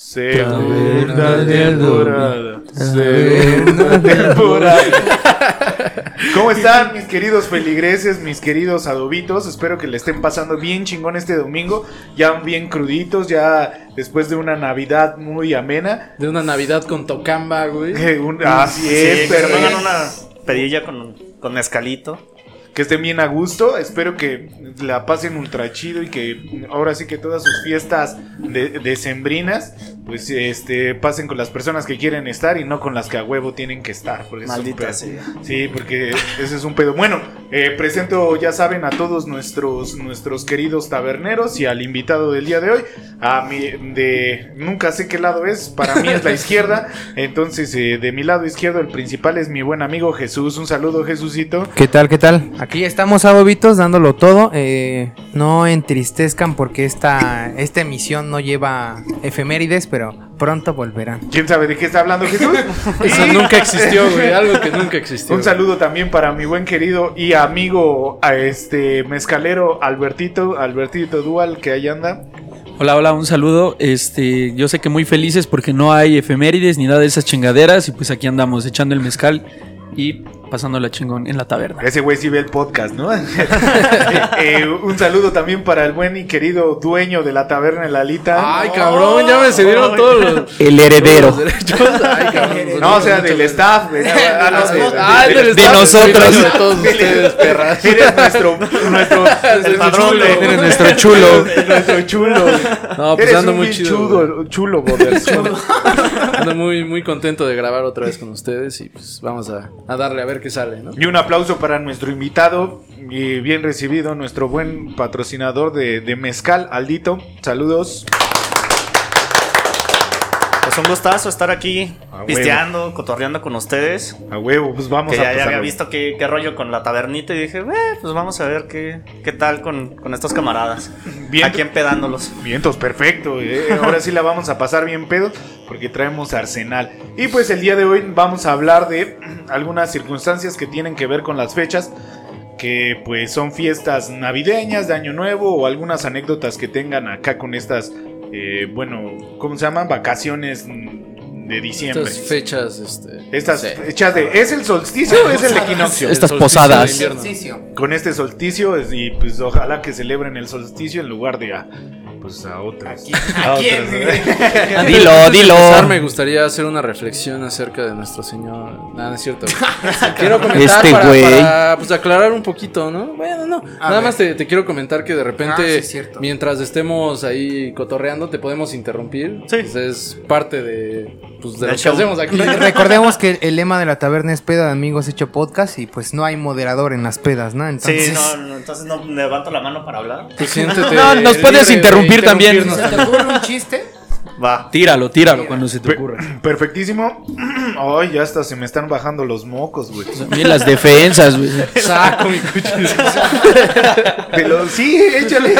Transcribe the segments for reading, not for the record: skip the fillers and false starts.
Segunda temporada. Segunda temporada. ¿Cómo están mis queridos feligreses, mis queridos adobitos? Espero que le estén pasando bien chingón este domingo. Ya bien cruditos, ya después de una Navidad muy amena. De una Navidad con tocamba, güey. Así es, pero pero pongan una pedilla con mezcalito. que estén bien a gusto. Espero que la pasen ultra chido y que ahora sí que todas sus fiestas decembrinas pues pasen con las personas que quieren estar y no con las que a huevo tienen que estar. Porque Maldita sea. Sí, porque ese es un pedo. Bueno, presento, ya saben, a todos nuestros queridos taberneros y al invitado del día de hoy. Nunca sé qué lado es, para mí es la izquierda. Entonces, de mi lado izquierdo, el principal es mi buen amigo Jesús. Un saludo, Jesucito. ¿Qué tal? Aquí estamos, adobitos, dándolo todo. No entristezcan porque esta emisión no lleva efemérides, pero pronto volverán. ¿Quién sabe de qué está hablando Jesús? Eso nunca existió, güey. Algo que nunca existió. Un saludo también para mi buen querido y amigo mezcalero Albertito Dual, que ahí anda. Hola, un saludo. Yo sé que muy felices porque no hay efemérides ni nada de esas chingaderas. Y pues aquí andamos echando el mezcal y pasándola chingón en la taberna. Ese güey sí ve el podcast, ¿no? Un saludo también para el buen y querido dueño de la taberna El Alita. Ay, cabrón, ya me cedieron todos los... El heredero. Todos los derechos. Ay, cabrón. No, o sea, del staff. Del staff, de nosotros. De todos ustedes, perras. Eres nuestro padrón, eres nuestro chulo. Nuestro chulo. No, pues eres ando un muy bien chido. chulo, brother. Ando muy, muy contento de grabar otra vez con ustedes y pues vamos a darle a ver qué sale, ¿no? Y un aplauso para nuestro invitado y bien recibido, nuestro buen patrocinador de mezcal, Aldito. Saludos. Pues un gustazo estar aquí A pisteando, cotorreando con ustedes. A huevo, pues vamos Que a ya pasarlo. había visto qué rollo con la tabernita y dije, pues vamos a ver qué tal con estos camaradas. Bien. Aquí empedándolos. Vientos, perfecto. Ahora sí la vamos a pasar bien pedo porque traemos arsenal. Y pues el día de hoy vamos a hablar de algunas circunstancias que tienen que ver con las fechas, que pues son fiestas navideñas, de Año Nuevo o algunas anécdotas que tengan acá con estas, ¿cómo se llaman? Vacaciones de diciembre. Estas fechas, Estas no sé. fechas ¿es el solsticio o es el equinoccio? Estas El solsticio posadas. de invierno. Con este solsticio y pues ojalá que celebren el solsticio en lugar de a otros. ¿A quién? Dilo. Empezar, me gustaría hacer una reflexión acerca de nuestro Señor. Nada, no es cierto. Quiero comentar para pues aclarar un poquito, ¿no? Bueno, no. Nada más te quiero comentar que de repente, sí, cierto. mientras estemos ahí cotorreando, te podemos interrumpir. Sí. Pues es parte de lo que show. hacemos aquí. Recordemos que el lema de la taberna es peda de amigos hecho podcast y pues no hay moderador en las pedas, ¿no? Entonces, Sí, entonces no levanto la mano para hablar. Pues siéntete No, nos puedes libre de interrumpir también. interrumpirnos. ¿se te ocurre un chiste? Va. Tíralo cuando se te ocurra. Perfectísimo. Ay, ya hasta se me están bajando los mocos, güey. Bien las defensas, güey. Saco mi cuchillo. Pero sí, échale.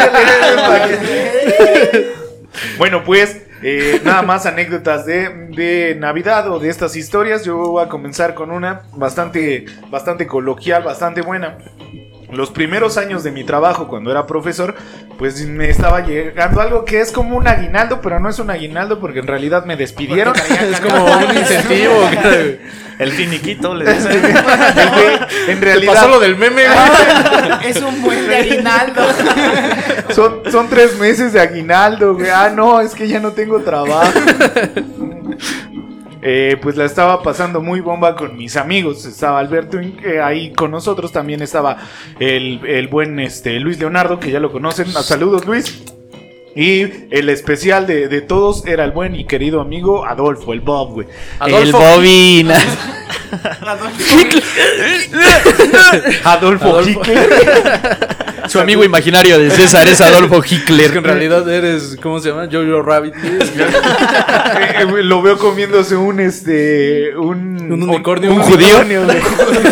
Bueno, pues nada más anécdotas de Navidad o de estas historias. Yo voy a comenzar con una bastante coloquial, bastante buena. Los primeros años de mi trabajo, cuando era profesor, pues me estaba llegando algo que es como un aguinaldo, pero no es un aguinaldo porque en realidad me despidieron. Es como un incentivo. El finiquito, le dicen. En ¿Te realidad pasó lo del meme, güey? Es un buen de aguinaldo. son 3 meses de aguinaldo, güey. No, es que ya no tengo trabajo. Pues la estaba pasando muy bomba con mis amigos. Estaba Alberto ahí con nosotros. También estaba el buen Luis Leonardo, que ya lo conocen. Saludos, Luis. Y el especial de todos era el buen y querido amigo Adolfo, el Bob, güey. El Bobina. Adolfo Hitler. Su amigo imaginario de César es Adolfo Hitler. Es que en realidad eres, ¿cómo se llama? Jojo Rabbit. Lo veo comiéndose un unicornio. ¿Un judío? güey.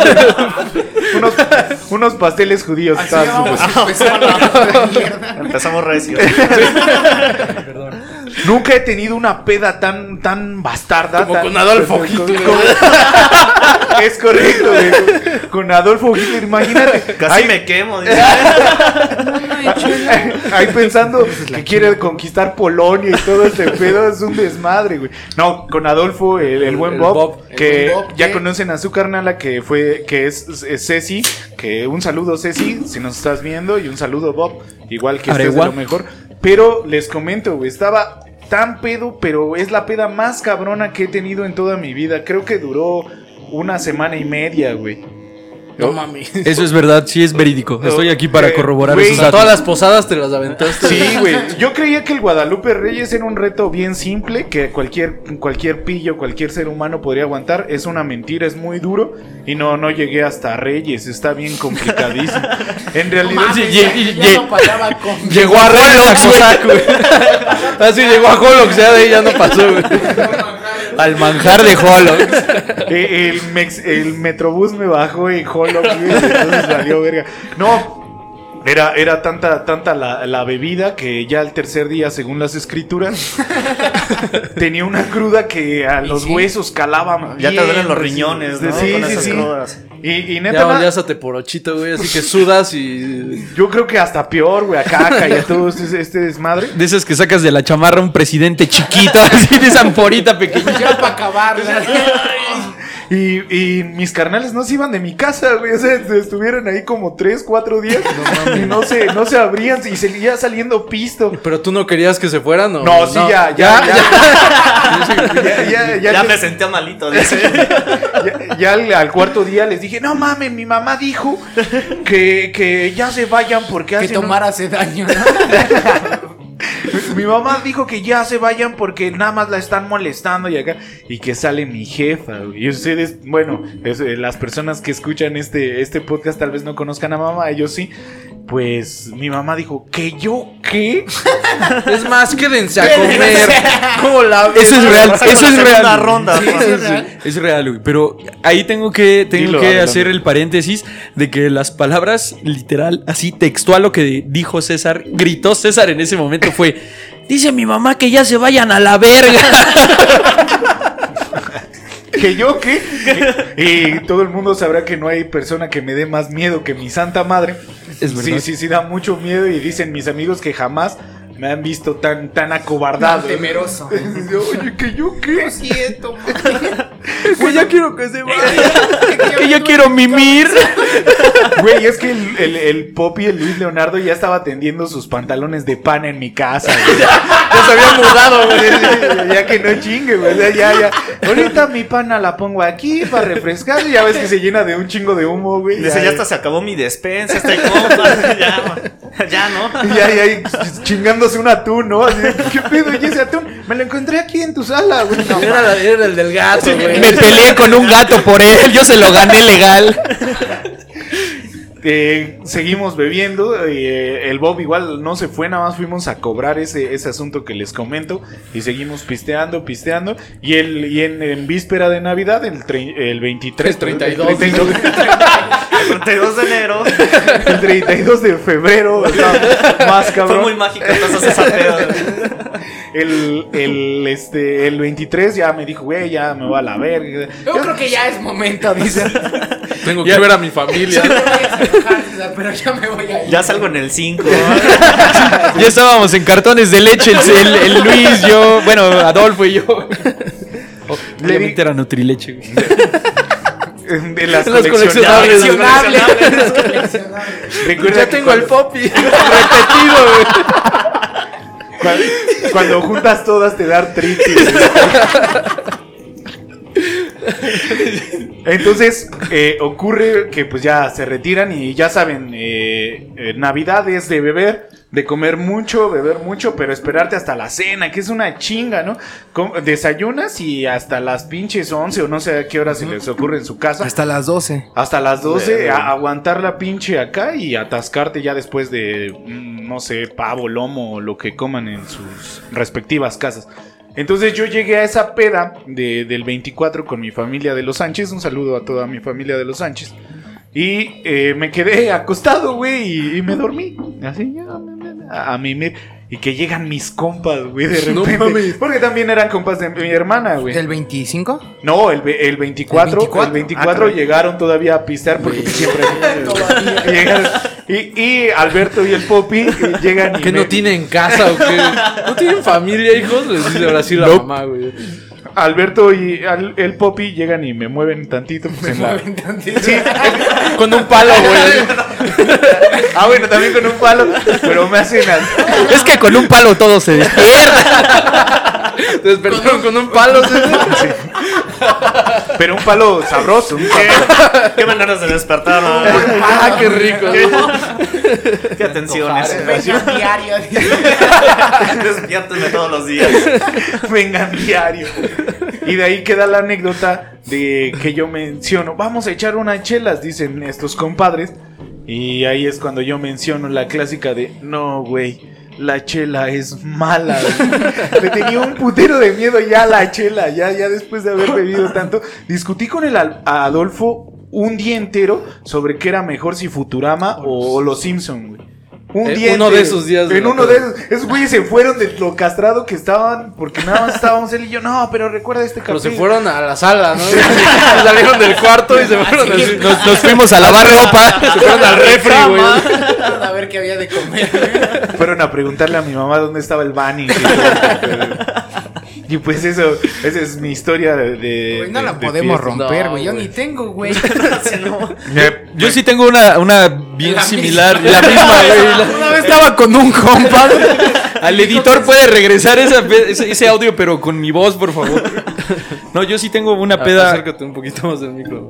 unos pasteles judíos. Así vamos a empezar. Empezamos recio. Nunca he tenido una peda tan bastarda. Como con Adolfo Hitler. Es correcto, güey. Con Adolfo Hitler, imagínate. Casi me quemo. Ahí pensando que quiere conquistar Polonia y todo este pedo, es un desmadre, güey. No, con Adolfo, el buen Bob, que ya conocen a su carnala, que es Ceci, que un saludo Ceci, si nos estás viendo, y un saludo Bob, igual que estés de lo mejor. Pero les comento, güey, estaba tan pedo, pero es la peda más cabrona que he tenido en toda mi vida. Creo que duró 1 semana y media, güey. No mames. Eso es verdad, sí es verídico. Estoy aquí para corroborar esos datos. Todas las posadas te las aventaste. Sí, güey. Yo creía que el Guadalupe Reyes era un reto bien simple, que cualquier pillo, cualquier ser humano podría aguantar. Es una mentira, es muy duro. Y no llegué hasta Reyes, está bien complicadísimo. En realidad, llegó a Holox, güey. Así llegó a Holox, ya de ahí ya no pasó, güey. Al manjar de Holox. El Metrobús me bajó en Holox, güey, entonces valió verga. No, era tanta la bebida que ya el tercer día, según las escrituras, tenía una cruda que a los huesos calaba. Ya te duelen los riñones, ¿no? Sí, con sí, esas sí. crudas. Y neta, ya olías a teporochito, güey, así que sudas y... Yo creo que hasta peor, güey, a caca y a todo este desmadre. De esas que sacas de la chamarra un presidente chiquito, así de zamporita pequeña. Ya para acabarla. Y mis carnales no se iban de mi casa, güey. O sea, estuvieron ahí como 3-4 días. Y no se abrían y seguía saliendo pisto. ¿Pero tú no querías que se fueran o...? No, sí, ya. Ya me sentía malito, dice. Ya al cuarto día les dije, no mames, mi mamá dijo que ya se vayan porque que tomar hace daño, ¿no? Mi mamá dijo que ya se vayan porque nada más la están molestando y acá. Y que sale mi jefa, güey. Y ustedes, bueno, las personas que escuchan este podcast tal vez no conozcan a mamá, ellos sí. Pues mi mamá dijo, ¿que yo qué? Es más, quédense a comer. ¿Cómo la ves? Eso es real, eso es real. Una ronda. Sí, es real. Es real, güey. Pero ahí tengo que hacer el paréntesis de que las palabras, literal, así textual, lo que dijo César, gritó César en ese momento fue: dice mi mamá que ya se vayan a la verga. ¿Que yo qué? Y todo el mundo sabrá que no hay persona que me dé más miedo que mi santa madre. Es verdad. Sí, da mucho miedo. Y dicen mis amigos que jamás me han visto tan acobardado. Tan temeroso. Oye, ¿que yo qué? Lo siento, Que ya quiero que se vaya. Que ya quiero mimir. Güey, es que el Poppy, el Luis Leonardo, ya estaba tendiendo sus pantalones de pana en mi casa, güey. Ya se había mudado, güey. Ya que no chingue, güey. Ya. Ahorita mi pana la pongo aquí para refrescar. Y ya ves que se llena de un chingo de humo, güey. Dice, ya hasta se acabó mi despensa, este compa. Ya, ¿no? Ya, chingándose un atún, ¿no? Así, ¿qué pedo? ¿Y ese atún? Me lo encontré aquí en tu sala, güey. No, Era el del gato, güey. Me peleé con un gato por él. Yo se lo gané legal. Seguimos bebiendo. El Bob igual no se fue, nada más fuimos a cobrar ese asunto que les comento. Y seguimos pisteando. Y en víspera de Navidad, el 23. El 32. El 32 de enero. El 32 de febrero. Más cabrón. Fue muy mágico entonces esa peda. El 23 ya me dijo, güey, ya me va a la verga. Yo creo que ya es momento, dice. Tengo que ver a mi familia. No voy a enojar, César, pero ya me voy a ir. Ya salgo en el 5. Ya estábamos en cartones de leche. El Luis, yo, bueno, Adolfo y yo. Obviamente era Nutrileche, güey. De las Los coleccionables. Recuerda Ya tengo el Poppy Repetido, güey. Cuando juntas todas te da artritis. Entonces ocurre que pues ya se retiran y ya saben, Navidad es de beber, de comer mucho, beber mucho, pero esperarte hasta la cena, que es una chinga, ¿no? Desayunas y hasta las pinches 11 o no sé a qué hora se les ocurre en su casa. Hasta las 12. Hasta las 12, aguantar la pinche acá y atascarte ya después de, no sé, pavo, lomo o lo que coman en sus respectivas casas. Entonces yo llegué a esa peda del 24 con mi familia de los Sánchez. Un saludo a toda mi familia de los Sánchez. Y me quedé acostado, güey, y me dormí. Así, a mimir. Y que llegan mis compas, güey, de repente. No, porque también eran compas de mi hermana, güey. ¿El 25? No, el 24. El 24 llegaron todavía a pistear porque siempre llegaron. Y Alberto y el Popi llegan y... ¿Que no tienen casa o qué? ¿No tienen familia, hijos? Les dice ahora sí la mamá, güey. Alberto y el Popi llegan y me mueven tantito. Pues, Sí, con un palo, güey. Bueno, también con un palo, pero me hacen... Es que con un palo todo se despierta. Te despertaron con un palo, ¿sí? Pero un palo sabroso. Qué maneras de despertar, ¿no? Qué rico. Qué atenciones. Vengan diario. Despiértenme todos los días. Vengan diario. Y de ahí queda la anécdota de que yo menciono, vamos a echar unas chelas, dicen estos compadres. Y ahí es cuando yo menciono la clásica de, no, güey, la chela es mala. Me tenía un putero de miedo ya la chela, ya después de haber bebido tanto. Discutí con el Adolfo un día entero sobre qué era mejor, si Futurama o Los Simpson, güey. Un día uno de esos días. En uno de esos güeyes se fueron de lo castrado que estaban, porque nada más estábamos él y yo. No, pero recuerda este capítulo. Pero capítulo. se fueron a la sala, ¿no? Salieron del cuarto y se fueron así. Nos fuimos a lavar ropa. Se fueron al refri, güey. A ver qué había de comer. Fueron a preguntarle a mi mamá dónde estaba el Bunny. Y pues esa es mi historia Güey, no la podemos romper, güey. Yo ni tengo, güey. Yo sí tengo una bien similar. La misma, güey. Una vez estaba con un compa. Al editor puede regresar ese audio, pero con mi voz, por favor. No, yo sí tengo una peda. Acércate un poquito más del micro.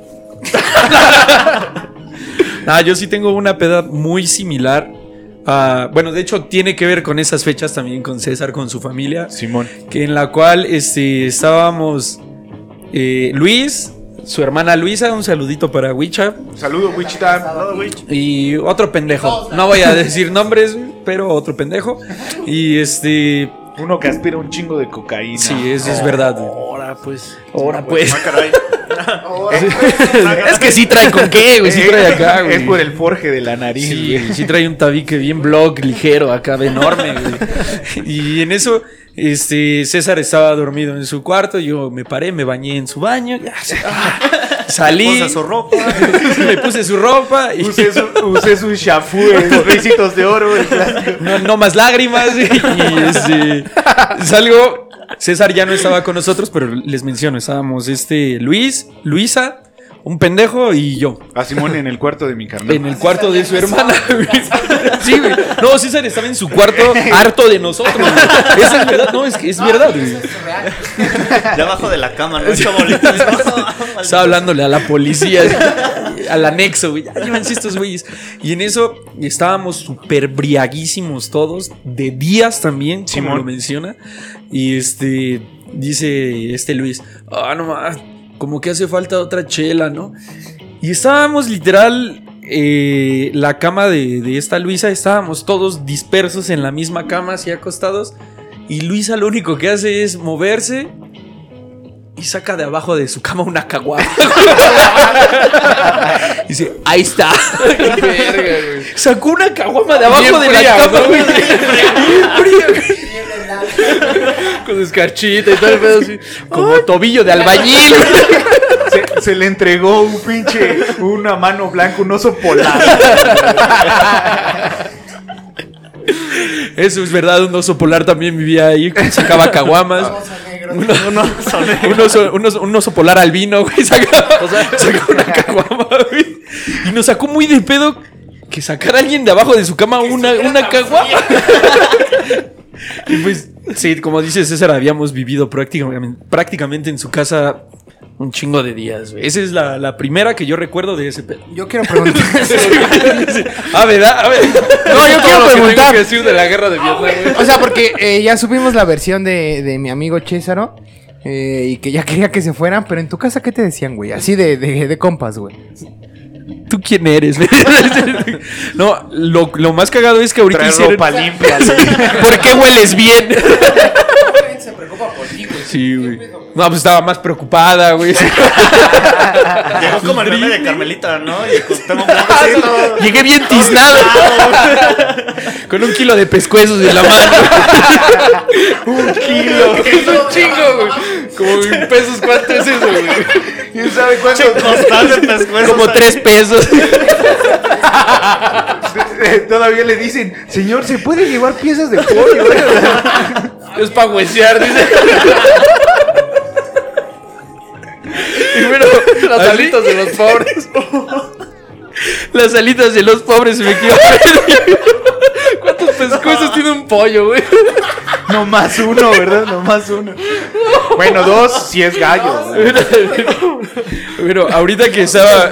Yo sí tengo una peda muy similar. Bueno, de hecho tiene que ver con esas fechas también, con César, con su familia. Simón. Que en la cual estábamos Luis, su hermana Luisa, un saludito para Wicha. Saludo, Wichita. Y otro pendejo. No voy a decir nombres, pero otro pendejo. Y uno que aspira un chingo de cocaína. Sí, eso es verdad. Ahora pues. Caray. Es que sí trae con qué, güey. Sí trae acá, güey. Es por el forje de la nariz. Sí, sí trae un tabique bien blog, ligero, acá enorme, güey. Y en eso, César estaba dormido en su cuarto. Yo me paré, me bañé en su baño. Salí. Me puse su ropa. Y usé su shafú, los ricitos de oro. No más lágrimas. Y salgo. César ya no estaba con nosotros, pero les menciono, estábamos Luis, Luisa, un pendejo y yo. A Simón en el cuarto de mi carnal. En el cuarto de su hermana. Sí, güey. No, César estaba en su cuarto harto de nosotros, güey. Esa es verdad, no, es que es verdad, güey. Ya abajo de la cama, ¿no? Hecho bolita. Estaba hablándole a la policía, al anexo, güey. Ya llévense estos güeyes. Y en eso estábamos súper briaguísimos todos, de días también, como Simón lo menciona. Y dice Luis, no más, como que hace falta otra chela, ¿no? Y estábamos literal, la cama de esta Luisa, estábamos todos dispersos en la misma cama, así acostados. Y Luisa lo único que hace es moverse y saca de abajo de su cama una caguama. Y dice, ahí está. Qué verga, güey. Sacó una caguama de abajo de la cama, güey. Con escarchita y todo el pedo así. Como tobillo de albañil. Se le entregó una mano blanca, un oso polar. Eso es verdad, un oso polar también vivía ahí, sacaba caguamas. Un oso polar albino, güey, sacaba una caguama, güey. Y nos sacó muy de pedo que sacara alguien de abajo de su cama una caguama. Y pues, sí, como dice César, habíamos vivido prácticamente en su casa un chingo de días, güey. Esa es la primera que yo recuerdo de ese pedo. Yo quiero preguntar. ¿Verdad? A ver. No, yo quiero preguntar. Que decir de la guerra de Vietnam, güey. O sea, porque ya supimos la versión de mi amigo Césaro. Y que ya quería que se fueran. Pero en tu casa, ¿qué te decían, güey? Así de compas, güey. ¿Tú quién eres? No, lo más cagado es que ahorita trae hicieron ropa limpia. ¿Por qué hueles bien? Se preocupa por ti, güey. Sí, güey. No, pues estaba más preocupada, güey. Llegó como el meme de Carmelita, ¿no? Y Llegué bien tiznado. Con 1 kilo de pescuezos en la mano. 1 kilo. Es un chingo, güey. Como en pesos, ¿cuánto es eso, güey? ¿Quién sabe cuánto? Costal de pescuezos. Como 3 pesos. Todavía le dicen, señor, ¿se puede llevar piezas de pollo? Es para huesear, dice. Y bueno, las alitas de los pobres. Las alitas de los pobres me quedo. ¿Cuántos pescuezos tiene un pollo, güey? No más uno, ¿verdad? No más uno. Bueno, 2 si es gallo. Pero ahorita que estaba...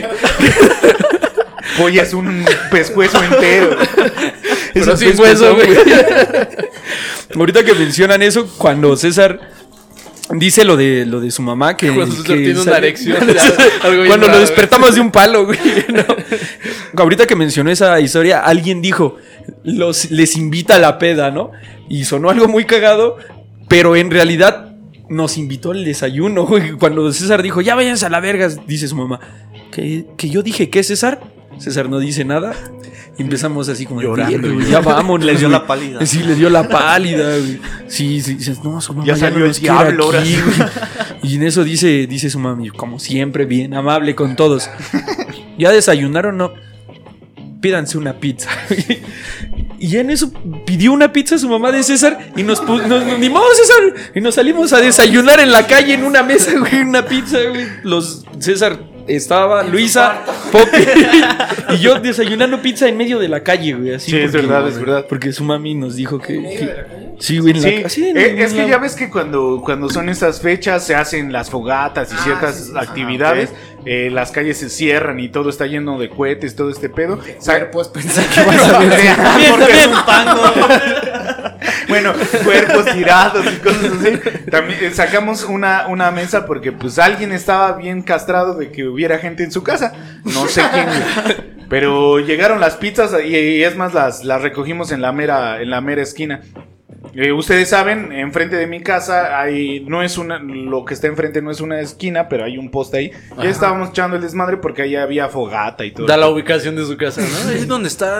Pollo es un pescuezo entero. Pero sin hueso, güey. Ahorita que mencionan eso, cuando César dice lo de su mamá, que tiene una erección. Cuando lo despertamos de un palo, güey. No. Ahorita que mencionó esa historia, alguien dijo, les invita a la peda, ¿no? Y sonó algo muy cagado, pero en realidad nos invitó al desayuno, güey. Cuando César dijo, ya váyanse a la verga, dice su mamá, que yo dije, ¿qué, César? César no dice nada. Y empezamos así como llorando, güey, ya vamos. Les dio la pálida. Sí, le dio la pálida, güey. Sí, no, su mamá ya salió no el diablo ahora. Aquí, y en eso dice su mami, como siempre, bien amable con todos. ¿Ya desayunaron? No. Pídanse una pizza. Y en eso pidió una pizza a su mamá de César y nos ni modo, César. Y nos salimos a desayunar en la calle en una mesa, güey, una pizza, güey. César estaba, Luisa, Poppy y yo desayunando pizza en medio de la calle, güey. Así sí, es verdad. Porque su mami nos dijo que sí, güey, es que ya ves que cuando son estas fechas se hacen las fogatas y ciertas actividades. Las calles se cierran y todo está lleno de cohetes, todo este pedo. Pues pensé que ibas a ver. Porque es un pango. Bueno, cuerpos tirados y cosas así. También sacamos una mesa porque pues alguien estaba bien castrado de que hubiera gente en su casa. No sé quién. Pero llegaron las pizzas y es más las recogimos en la mera esquina. Ustedes saben, enfrente de mi casa lo que está enfrente no es una esquina, pero hay un poste ahí. Ya estábamos echando el desmadre porque ahí había fogata y todo. Da la ubicación de su casa, ¿no? Es donde está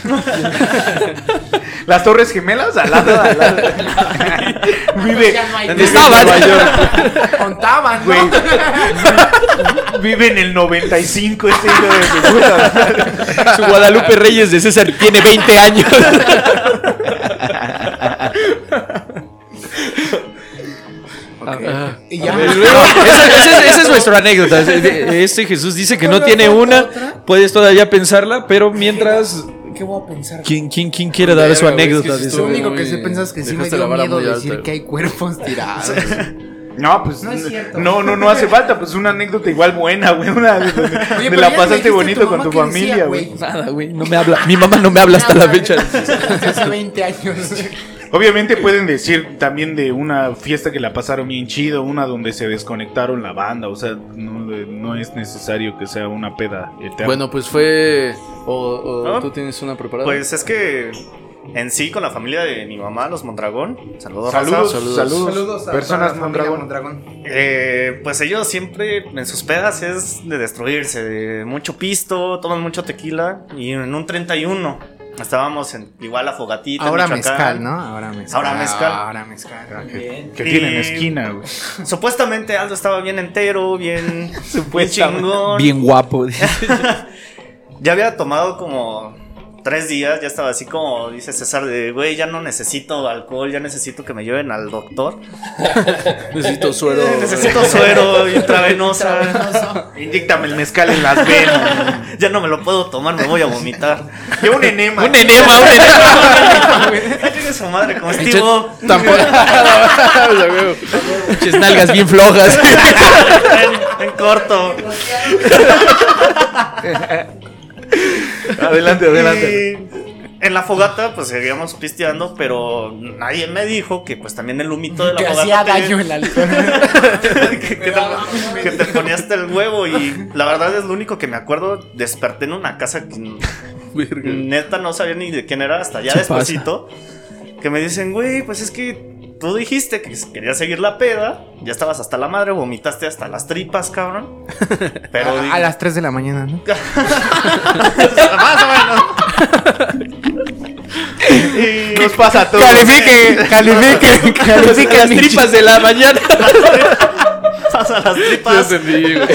las Torres Gemelas, al lado. Vive. Contaban, güey. Vive en el 95 este hijo de su puta. Su Guadalupe Reyes de César tiene 20 años. Y ya. Esa es nuestra anécdota. Jesús dice que no tiene una. Puedes todavía pensarla, pero mientras. ¿Qué voy a pensar? ¿Quién quiere dar su anécdota? Lo único que sé pensar es que sí me dio miedo decir que hay cuerpos tirados. No, pues no es cierto. No hace falta, pues una anécdota igual buena, güey, Oye, la pasaste bonito con tu familia, güey. Nada, güey, no me habla. Mi mamá no me habla hasta la fecha. Hace 20 años. Obviamente pueden decir también de una fiesta que la pasaron bien chido, una donde se desconectaron la banda, o sea, no es necesario que sea una peda eterna. Bueno, pues fue ¿no? ¿Tú tienes una preparada? Pues es que en sí, con la familia de mi mamá, los Mondragón. Saludos a personas Mondragón. Pues ellos siempre en sus pedas es de destruirse, de mucho pisto, toman mucho tequila. Y en un 31 estábamos igual la fogatita. Ahora mezcal, ¿no? Ahora mezcal. Que tienen esquina, güey. Supuestamente Aldo estaba bien entero, bien chingón. Bien guapo. Ya había tomado como 3 días, ya estaba así como dice César de, güey, ya no necesito alcohol, ya necesito que me lleven al doctor. Necesito suero. Necesito suero intravenosa. Indíctame el mezcal en las venas. Ya no me lo puedo tomar, me voy a vomitar. Yo un enema. Un enema. Tiene su madre como Estivo. Muchas nalgas bien flojas. En corto. Adelante. Y en la fogata, pues seguíamos pisteando, pero nadie me dijo que pues también el humito de la fogata hacía daño el alcohol. que te ponías hasta el huevo. Y la verdad es lo único que me acuerdo. Desperté en una casa que neta no sabía ni de quién era hasta ya despuesito. Que me dicen, güey, pues es que tú dijiste que querías seguir la peda, ya estabas hasta la madre, vomitaste hasta las tripas, cabrón. Pero a las 3 de la mañana, ¿no? Más o menos. Y nos pasa a todos. Califiquen Las tripas de la mañana. Pasa las tripas. Ya entendí, güey.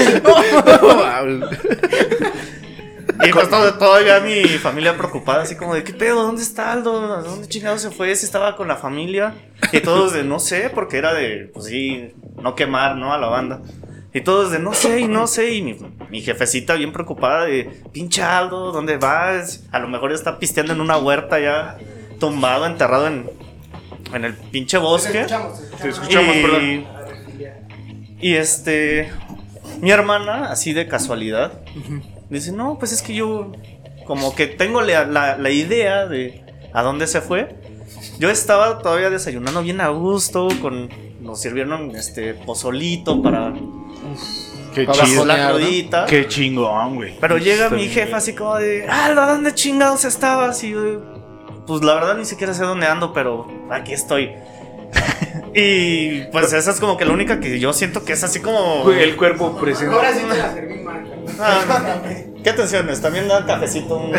Y pues todavía mi familia preocupada, así como de, ¿qué pedo? ¿Dónde está Aldo? ¿A dónde chingado se fue? Si estaba con la familia. Y todos de, no sé, porque era de, pues sí, no quemar, ¿no? A la banda. Y todos de, no sé. Y mi jefecita bien preocupada de, pinche Aldo, ¿dónde vas? A lo mejor está pisteando en una huerta ya, tumbado, enterrado en el pinche bosque. Te escuchamos, perdón. Y mi hermana, así de casualidad, dice, no, pues es que yo como que tengo la idea de a dónde se fue. Yo estaba todavía desayunando bien a gusto, nos sirvieron pozolito para Qué bajo chido. la crudita. Qué chingón, güey. Pero llega Está mi bien. jefa así como de, Aldo, ¿dónde chingados estabas? Y yo, pues la verdad ni siquiera sé dónde ando, pero aquí estoy. Y pues esa es como que la única que yo siento que es así como... El cuerpo presente. Ahora sí te la serví, Marca. ¿Qué atenciones? También da cafecito. Un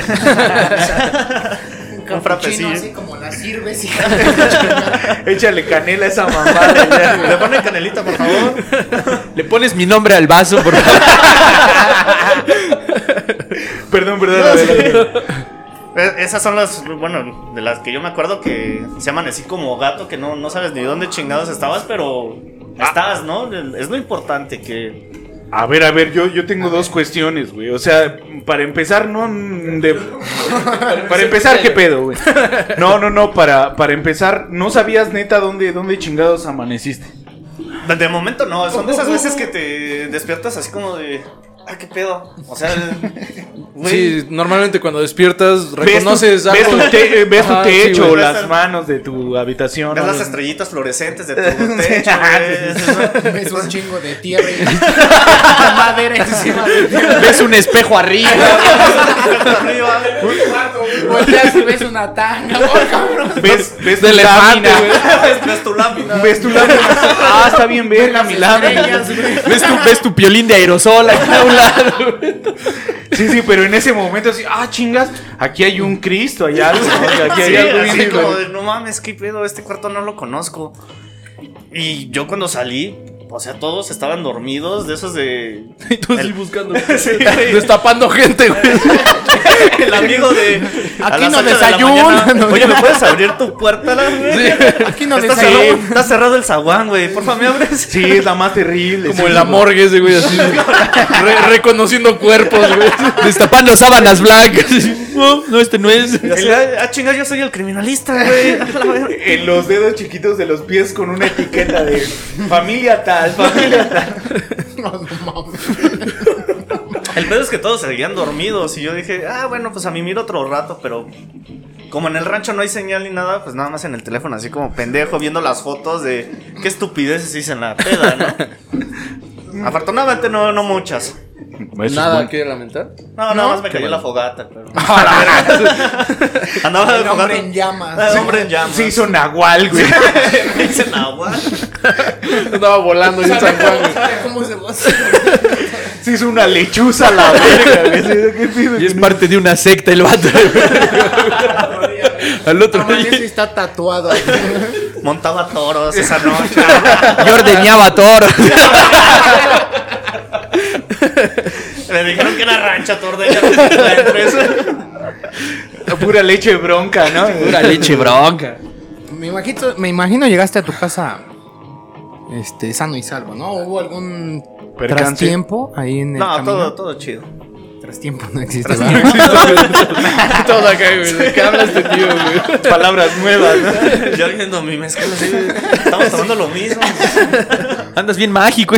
frapecillo. Así como la sirves y... Échale canela a esa mamada. Ya. ¿Le ponen canelita, por favor? Le pones mi nombre al vaso, por favor. Perdón. Adelante. Esas son bueno, de las que yo me acuerdo que se llaman así como gato, que no sabes ni dónde chingados estabas, pero estabas, ¿no? Es lo importante que... A ver, yo tengo dos cuestiones, güey. O sea, para empezar, para empezar, ¿qué pedo, güey? No, para empezar, ¿no sabías neta dónde chingados amaneciste? De momento no, son de esas veces que te despiertas así como de... Ah, qué pedo. O sea, güey. Sí, normalmente cuando despiertas reconoces ves algo. ves tu Ajá, techo, sí, o güey. las manos de tu habitación. Ves ¿no? las estrellitas fluorescentes de tu techo, güey. Ves un chingo de tierra y madera encima de tierra. Ves un espejo arriba. Arriba. Volteas y ves una tanga, cabrón. Ves De tu elefante, lámina. güey. Ves tu lámina. Ves tu lámina. Ah, está bien verga mi lámina. Ves tu piolín de aerosol aquí a un lado. Sí, pero en ese momento así, chingas, aquí hay un Cristo, hay algo, ¿no? Aquí hay Sí, algo así bien, como güey. de, no mames, qué pedo, este cuarto no lo conozco. Y yo cuando salí, o sea, todos estaban dormidos, de esos de... Y tú así buscando. Sí, güey. Destapando gente, güey. El amigo de... a Aquí las no 8 de la desayunan. mañana, oye, ¿me puedes abrir tu puerta, güey? Aquí no Está desayunan. cerrado, está cerrado el zaguán, güey. Porfa, ¿me abres? Sí, es la más terrible. Como sí, en la morgue ese, güey, así. Reconociendo cuerpos, güey. Destapando sábanas blancas. No, este no es. Y así, chinga, yo soy el criminalista, güey. A la verga. En los dedos chiquitos de los pies con una etiqueta de familia tal, familia tal. No mames. El pedo es que todos seguían dormidos. Y yo dije, bueno, pues a mí miro otro rato, pero... Como en el rancho no hay señal ni nada, pues nada más en el teléfono, así como pendejo, viendo las fotos de qué estupideces hice en la peda, ¿no? Afortunadamente no muchas. Nada que lamentar. No, nada más me cayó la fogata, pero... Andaba de El hombre fogata. en llamas. El hombre en llamas. Se hizo nahual, güey. Dicen agua. Andaba volando en San Juan, güey. ¿Cómo se va? Se hizo una lechuza a la verga, güey. ¿Qué pido? Y es parte de una secta el vato. Al otro Amanece día. y está tatuado. Montaba toros esa noche. Yo ordeñaba toros. Me dijeron que era rancha tordeña la empresa. Pura leche bronca, ¿no? Pura leche bronca. Me imagino llegaste a tu casa sano y salvo, ¿no? ¿Hubo algún Percance. trastiempo ahí en el No, camino? todo chido. Trastiempo no existe, ¿verdad? Todo acá, güey. ¿De qué habla este tío, güey? Palabras nuevas, ¿no? Yo viendo mi mezcal así, estamos tomando lo mismo. Andas bien mágico.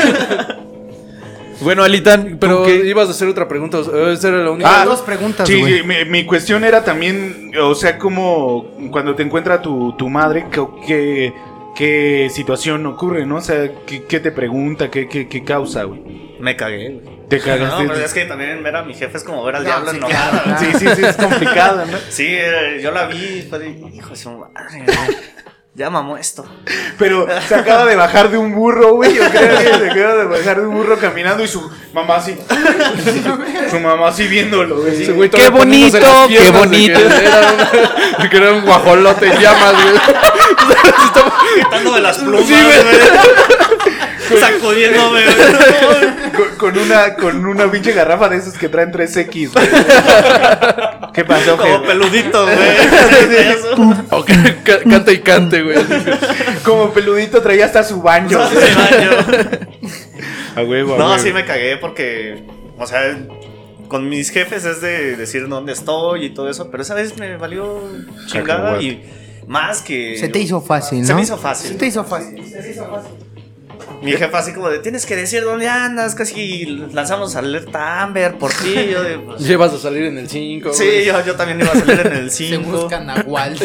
Bueno, Alitan, Pero pero ibas a hacer otra pregunta. Esa era la única. Dos preguntas, Sí, güey. mi cuestión era también, o sea, como cuando te encuentra tu madre, ¿qué situación ocurre, no? O sea, ¿qué te pregunta? ¿Qué causa, güey? Me cagué, güey. Te cagaste. No, pero es que también ver a mi jefe es como ver al No, diablo sí, en nogada. claro. Sí, es complicado, ¿no? Sí, yo la vi y fue de, hijo de su madre, güey. ya mamó esto. Pero se acaba de bajar de un burro, güey. Yo creo que se acaba de bajar de un burro caminando y su mamá así. Su mamá así viéndolo, güey. Ese güey ¡Qué bonito! ¡Qué bonito! Que era un guajolote en llamas, güey. Quitándome las plumas, güey. Sacudiéndome, güey. Con una pinche garrafa de esos que traen 3X, güey. ¿Qué pasó, como jefe? peludito, güey. Okay, cante y cante, güey. Como peludito traía hasta su baño. No, se baño. A huevo, a No, huevo. sí me cagué porque, o sea, con mis jefes es de decir dónde estoy y todo eso, pero esa vez me valió chingada y más que... Se te hizo fácil, ¿no? Se me hizo fácil. Se te hizo fácil. Mi jefa así como de, tienes que decir dónde andas, casi lanzamos alerta Amber por ti. Yo de, pues, Llevas a salir en el 5. sí, yo también iba a salir en el Se 5. buscan Nahual.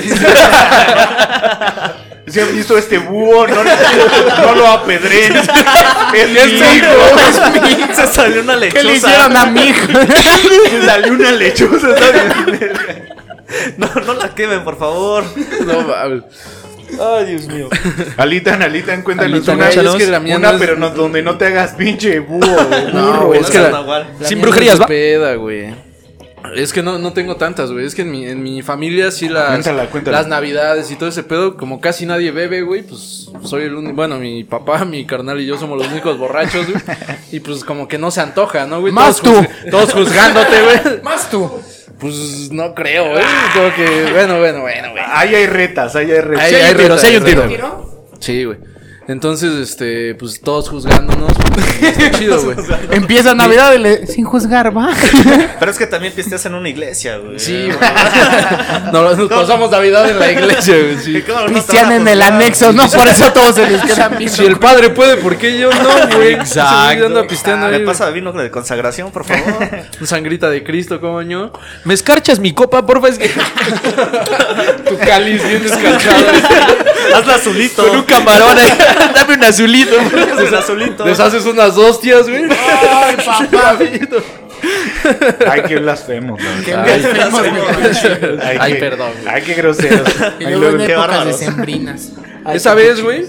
Si han visto este búho, no lo apedreen. Es mi hijo. Se salió una lechuza. ¿Qué le hicieron a mi hijo? Se salió una lechuza, ¿sabes? No la quemen, por favor. No mames. Ay, Dios mío. Alitan, cuéntanos Alita, una, güey, es que la mía una no es- pero no, donde no te hagas pinche búho. No, burro, güey, No es que seas la- nahual. La Sin mía brujerías, no ¿va? es peda, güey. Es que no tengo tantas, güey. Es que en mi familia sí Cuéntala. las navidades y todo ese pedo, como casi nadie bebe, güey, pues soy el único. Bueno, mi papá, mi carnal y yo somos los únicos borrachos, güey. Y pues como que no se antoja, ¿no, güey? Más Todos tú. todos juzgándote, güey. Más tú. Pues no creo, güey. Como que, bueno, güey. Ahí hay retas, ahí hay retas. Ahí hay tiro, sí hay un tiro. ¿Tiro? Sí, güey. Entonces, pues todos juzgándonos. Pues, está chido, güey. Empieza Navidad y le... sin juzgar, va. Pero es que también pisteas en una iglesia, güey. Sí, güey. Nos pasamos Navidad en la iglesia, güey. Sí. ¿Cómo no te Cristian van a en el juzgar? anexo, ¿no? Por eso todos se les quedan bien. Si el padre puede, ¿por qué yo no, güey? Exacto. Ese güey anda pisteando ahí, ¿Me güey. pasa vino de consagración, por favor? Un sangrita de Cristo, coño. ¿Me escarchas mi copa, porfa? Es que Tu cáliz bien descalzado. Hazla azulito. con un camarón ahí. Dame un azulito. El azulito. Deshaces unas hostias, güey. Ay, papá. Ay, qué blasfemos. ¿No? Qué Ay, blasfemos, güey. Ay, perdón, güey. Ay, qué groseros. Y Ay, luego luego, en qué épocas bárbaros. decembrinas. Esa vez, güey.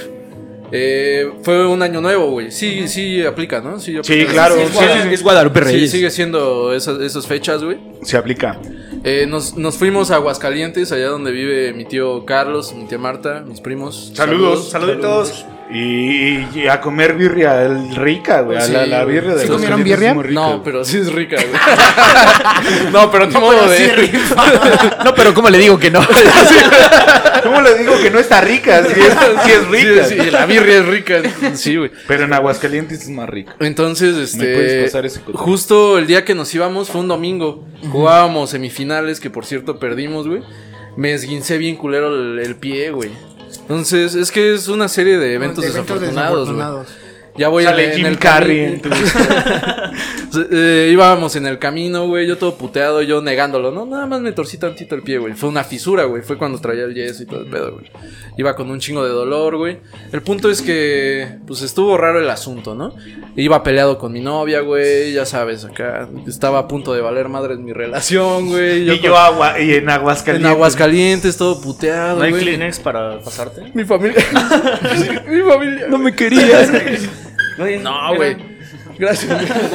Fue un año nuevo, güey. Sí aplica, ¿no? Sí, aplica. Sí, claro. Sí, Sí, Es Guadalupe Sí, Reyes. sigue siendo esas fechas, güey. se aplica. Nos fuimos a Aguascalientes, allá donde vive mi tío Carlos, mi tía Marta, mis primos. Saludos. Saluditos. Y a comer birria rica, güey. Sí, la güey. birria de ¿Sí los comieron calientes birria? es muy rica, No, güey. pero sí es rica, güey. No, pero no modo de. No, pero ¿cómo le digo que no? ¿Cómo le digo que no está rica? Si es rica. Sí, la birria es rica. Sí, güey. Pero en Aguascalientes es más rica. Entonces, ¿Me puedes pasar ese cotorreo? justo el día que nos íbamos fue un domingo. Jugábamos semifinales, que por cierto perdimos, güey. Me esguincé bien culero el pie, güey. Entonces, es que es una serie de eventos desafortunados, güey. Ya voy Sale en Jim el Carrey. camino. Íbamos en el camino, güey. Yo todo puteado, yo negándolo. No, nada más me torcí tantito el pie, güey. Fue una fisura, güey. Fue cuando traía el yeso y todo el pedo, güey. Iba con un chingo de dolor, güey. El punto es que, pues estuvo raro el asunto, ¿no? Iba peleado con mi novia, güey. Ya sabes, acá estaba a punto de valer madre en mi relación, güey. Y en En Aguascalientes. Aguascalientes, todo puteado, ¿No hay güey. Kleenex para pasarte? Mi familia. Mi familia. No me querías. No, güey. Gracias.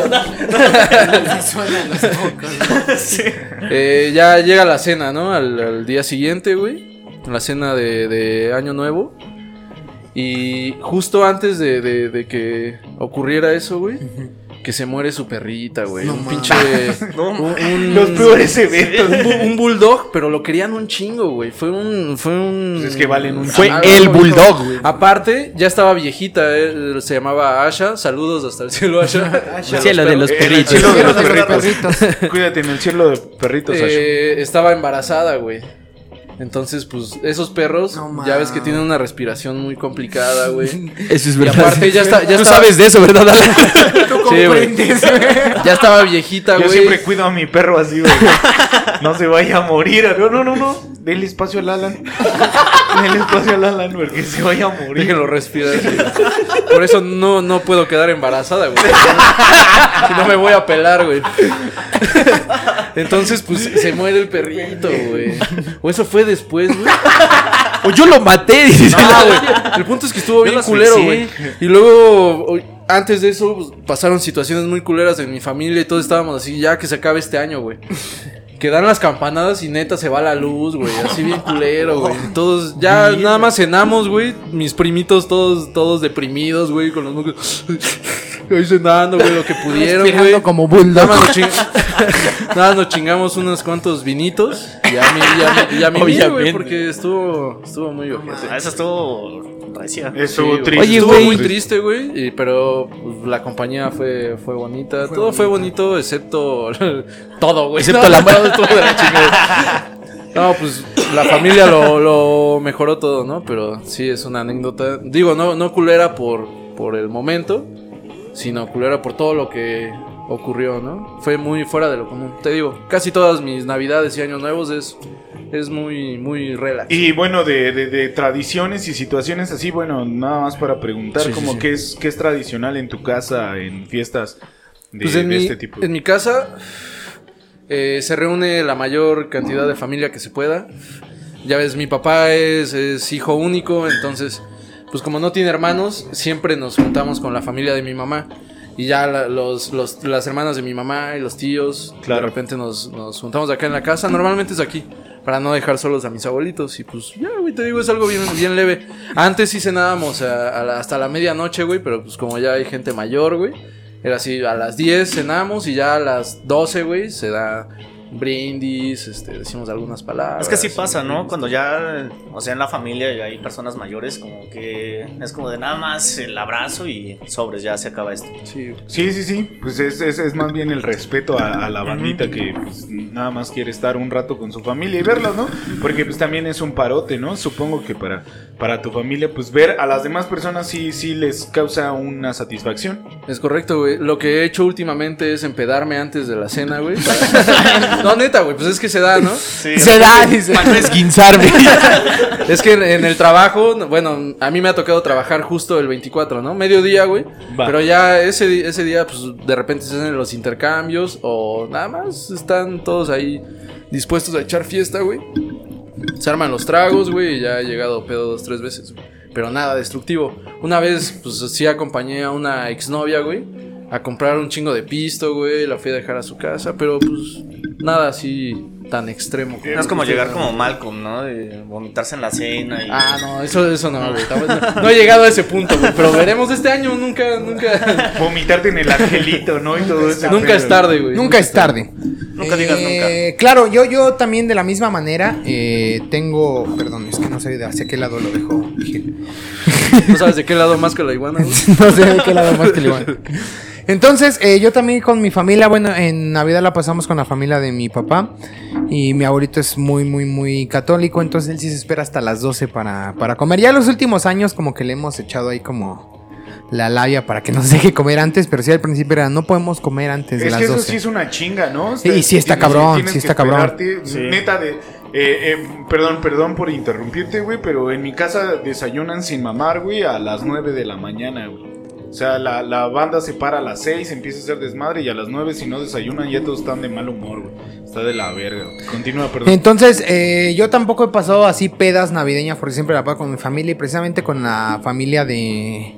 Ya llega la cena, ¿no? Al día siguiente, güey. La cena de Año Nuevo. Y justo antes de que ocurriera eso, güey. Que se muere su perrita, güey. Un pinche. Los peores eventos. Un bulldog, pero lo querían un chingo, güey. Fue un. Pues es que valen un Fue chingo. el bulldog, güey. Aparte, ya estaba viejita, se llamaba Asha. Saludos hasta el cielo, Asha. Cielo de los En el perritos. cielo de los Cielo de los perritos. Cuídate en el cielo de perritos, Asha. Estaba embarazada, güey. Entonces, pues, esos perros, No, ya ves que tienen una respiración muy complicada, güey. Eso es Y verdad. aparte ya Tú estaba- sabes de eso, ¿verdad, Alan? Tú Sí, güey. comprendes, güey. Ya estaba viejita, Yo güey. siempre cuido a mi perro así, güey. No se vaya a morir. No. denle espacio al Alan. Denle espacio al Alan porque se vaya a morir. Déjenlo respirar. Sí. Por eso no puedo quedar embarazada, güey. Si no me voy a pelar, güey. Entonces, pues, se muere el perrito, güey. O eso fue después, güey. O yo lo maté, dice. No, güey. El punto es que estuvo bien culero, güey. Y luego, antes de eso, pues, pasaron situaciones muy culeras en mi familia y todos estábamos así, ya que se acabe este año, güey. Que dan las campanadas y neta se va la luz, güey. Así bien culero, güey. Todos, ya nada más cenamos, güey. Mis primitos todos deprimidos, güey. Con los mocos. Ahí cenando, güey, lo que pudieron, güey. Como bulldog. Nada más nos chingamos unos cuantos vinitos. Ya me vi, güey, porque estuvo muy ojete. Eso estuvo recia. Estuvo Sí, triste. Oye, estuvo güey. muy triste, güey. Pero pues, la compañía fue bonita. Todo fue bonito, excepto todo, güey. Excepto la todo estuvo de la chingada. No, pues la familia lo mejoró todo, ¿no? Pero sí es una anécdota. Digo, no culera por el momento, sino culera por todo lo que ocurrió, ¿no? Fue muy fuera de lo común. Te digo, casi todas mis navidades y años nuevos es muy relax. Y bueno, de tradiciones y situaciones así, bueno, nada más para preguntar, Sí, como sí. ¿qué es tradicional en tu casa, en fiestas de, Pues de este tipo? en mi casa se reúne la mayor cantidad de familia que se pueda. Ya ves, mi papá es hijo único, entonces, pues como no tiene hermanos, siempre nos juntamos con la familia de mi mamá. Y ya las hermanas de mi mamá y los tíos, Claro. de repente nos juntamos acá en la casa. Normalmente es aquí, para no dejar solos a mis abuelitos. Y pues ya, güey, te digo, es algo bien leve. Antes sí cenábamos hasta la medianoche, güey, pero pues como ya hay gente mayor, güey, era así, a las 10 cenamos y ya a las 12, güey, se da brindis, decimos algunas palabras. Es que sí pasa, ¿no? Cuando ya, o sea, en la familia ya hay personas mayores, como que es como de nada más el abrazo y sobres, ya se acaba esto. Sí, Sí, pues es más bien el respeto a la bandita que pues, nada más quiere estar un rato con su familia y verlos, ¿no? Porque pues también es un parote, ¿no? Supongo que para tu familia, pues ver a las demás personas sí les causa una satisfacción. es correcto, güey. Lo que he hecho últimamente es empedarme antes de la cena, güey. No, neta, güey, pues es que se da, ¿no? Sí. Se da, dice. Para no esguinzarme. Es que en el trabajo, bueno, a mí me ha tocado trabajar justo el 24, ¿no? Mediodía, güey. Va. Pero ya ese día, pues de repente se hacen los intercambios o nada más están todos ahí dispuestos a echar fiesta, güey. Se arman los tragos, güey, y ya he llegado pedo 2-3 veces, güey. Pero nada destructivo. Una vez, pues sí acompañé a una exnovia, güey, a comprar un chingo de pisto, güey. La fui a dejar a su casa, pero pues nada así tan extremo. No es como llegar como Malcolm, ¿no? De vomitarse en la cena y... Ah, no, eso no, güey. No he llegado a ese punto, güey. Pero veremos este año, nunca. Vomitarte en el angelito, ¿no? Y todo eso. Nunca es tarde, güey. Nunca es tarde. Nunca digas nunca. Claro, yo también de la misma manera tengo... Perdón, es que no sé hacia qué lado lo dejo. ¿No sabes de qué lado más que la iguana, güey? No sé de qué lado más que le van. Entonces, yo también con mi familia, bueno, en Navidad la pasamos con la familia de mi papá. Y mi abuelito es muy católico, entonces él sí se espera hasta las 12 para comer. Ya los últimos años como que le hemos echado ahí como la labia para que nos deje comer antes, pero sí al principio era, no podemos comer antes de Es las que eso 12. sí es una chinga, ¿no? Sí, sí está cabrón, sí está cabrón. Sí. Neta perdón por interrumpirte, güey, pero en mi casa desayunan sin mamar, güey, a las 9 de la mañana, güey. O sea, la banda se para a las 6, empieza a hacer desmadre y a las 9 si no desayunan ya todos están de mal humor, güey. Está de la verga, güey. Continúa, perdón. Entonces, yo tampoco he pasado así pedas navideñas porque siempre la paso con mi familia y precisamente con la familia de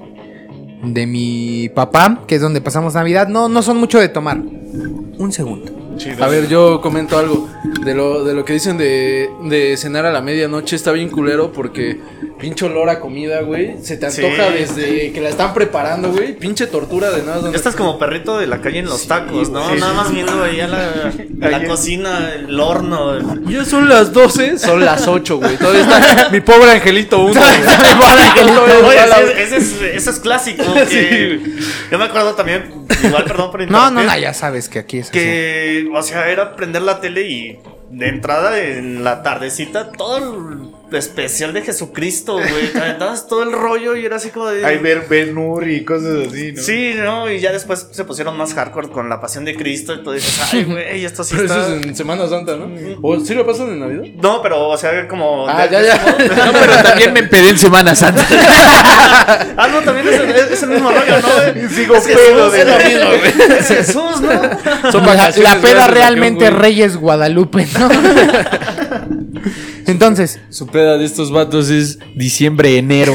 mi papá, que es donde pasamos Navidad. No son mucho de tomar. Un segundo. Chido. A ver, yo comento algo de lo que dicen de cenar a la medianoche. Está bien culero porque pinche olor a comida, güey. Se te antoja Sí. desde que la están preparando, güey. Pinche tortura de nada. Ya estás como perrito de la calle en los tacos, ¿no? sí, Nada sí. más viendo ahí a la Ahí. cocina, el horno. Ya son las 12, son las 8, güey. Todavía está mi pobre angelito 1. Oye, ese es clásico. Que yo me acuerdo también, igual, perdón por interrumpir. No, ya sabes que aquí es así. Que, o sea, era prender la tele y de entrada en la tardecita, todo especial de Jesucristo, güey. Te aventabas todo el rollo y era así como de... Hay ver Ben Hur y cosas así, ¿no? Sí, ¿no? Y ya después se pusieron más hardcore con la Pasión de Cristo y todo dices, ay, güey, esto sí Pero está... eso es en Semana Santa, ¿no? ¿O sí lo pasan en Navidad? No, pero, o sea, como... Ah, ya. No, pero también me empedé en Semana Santa. Ah, no, también es el mismo rollo, ¿no? Sigo Es pedo Jesús, de es lo la- mismo, güey. Es Jesús, ¿no? Son La vacaciones peda grandes, realmente güey. Reyes Guadalupe, ¿no? Entonces, Su peda de estos vatos es diciembre, enero.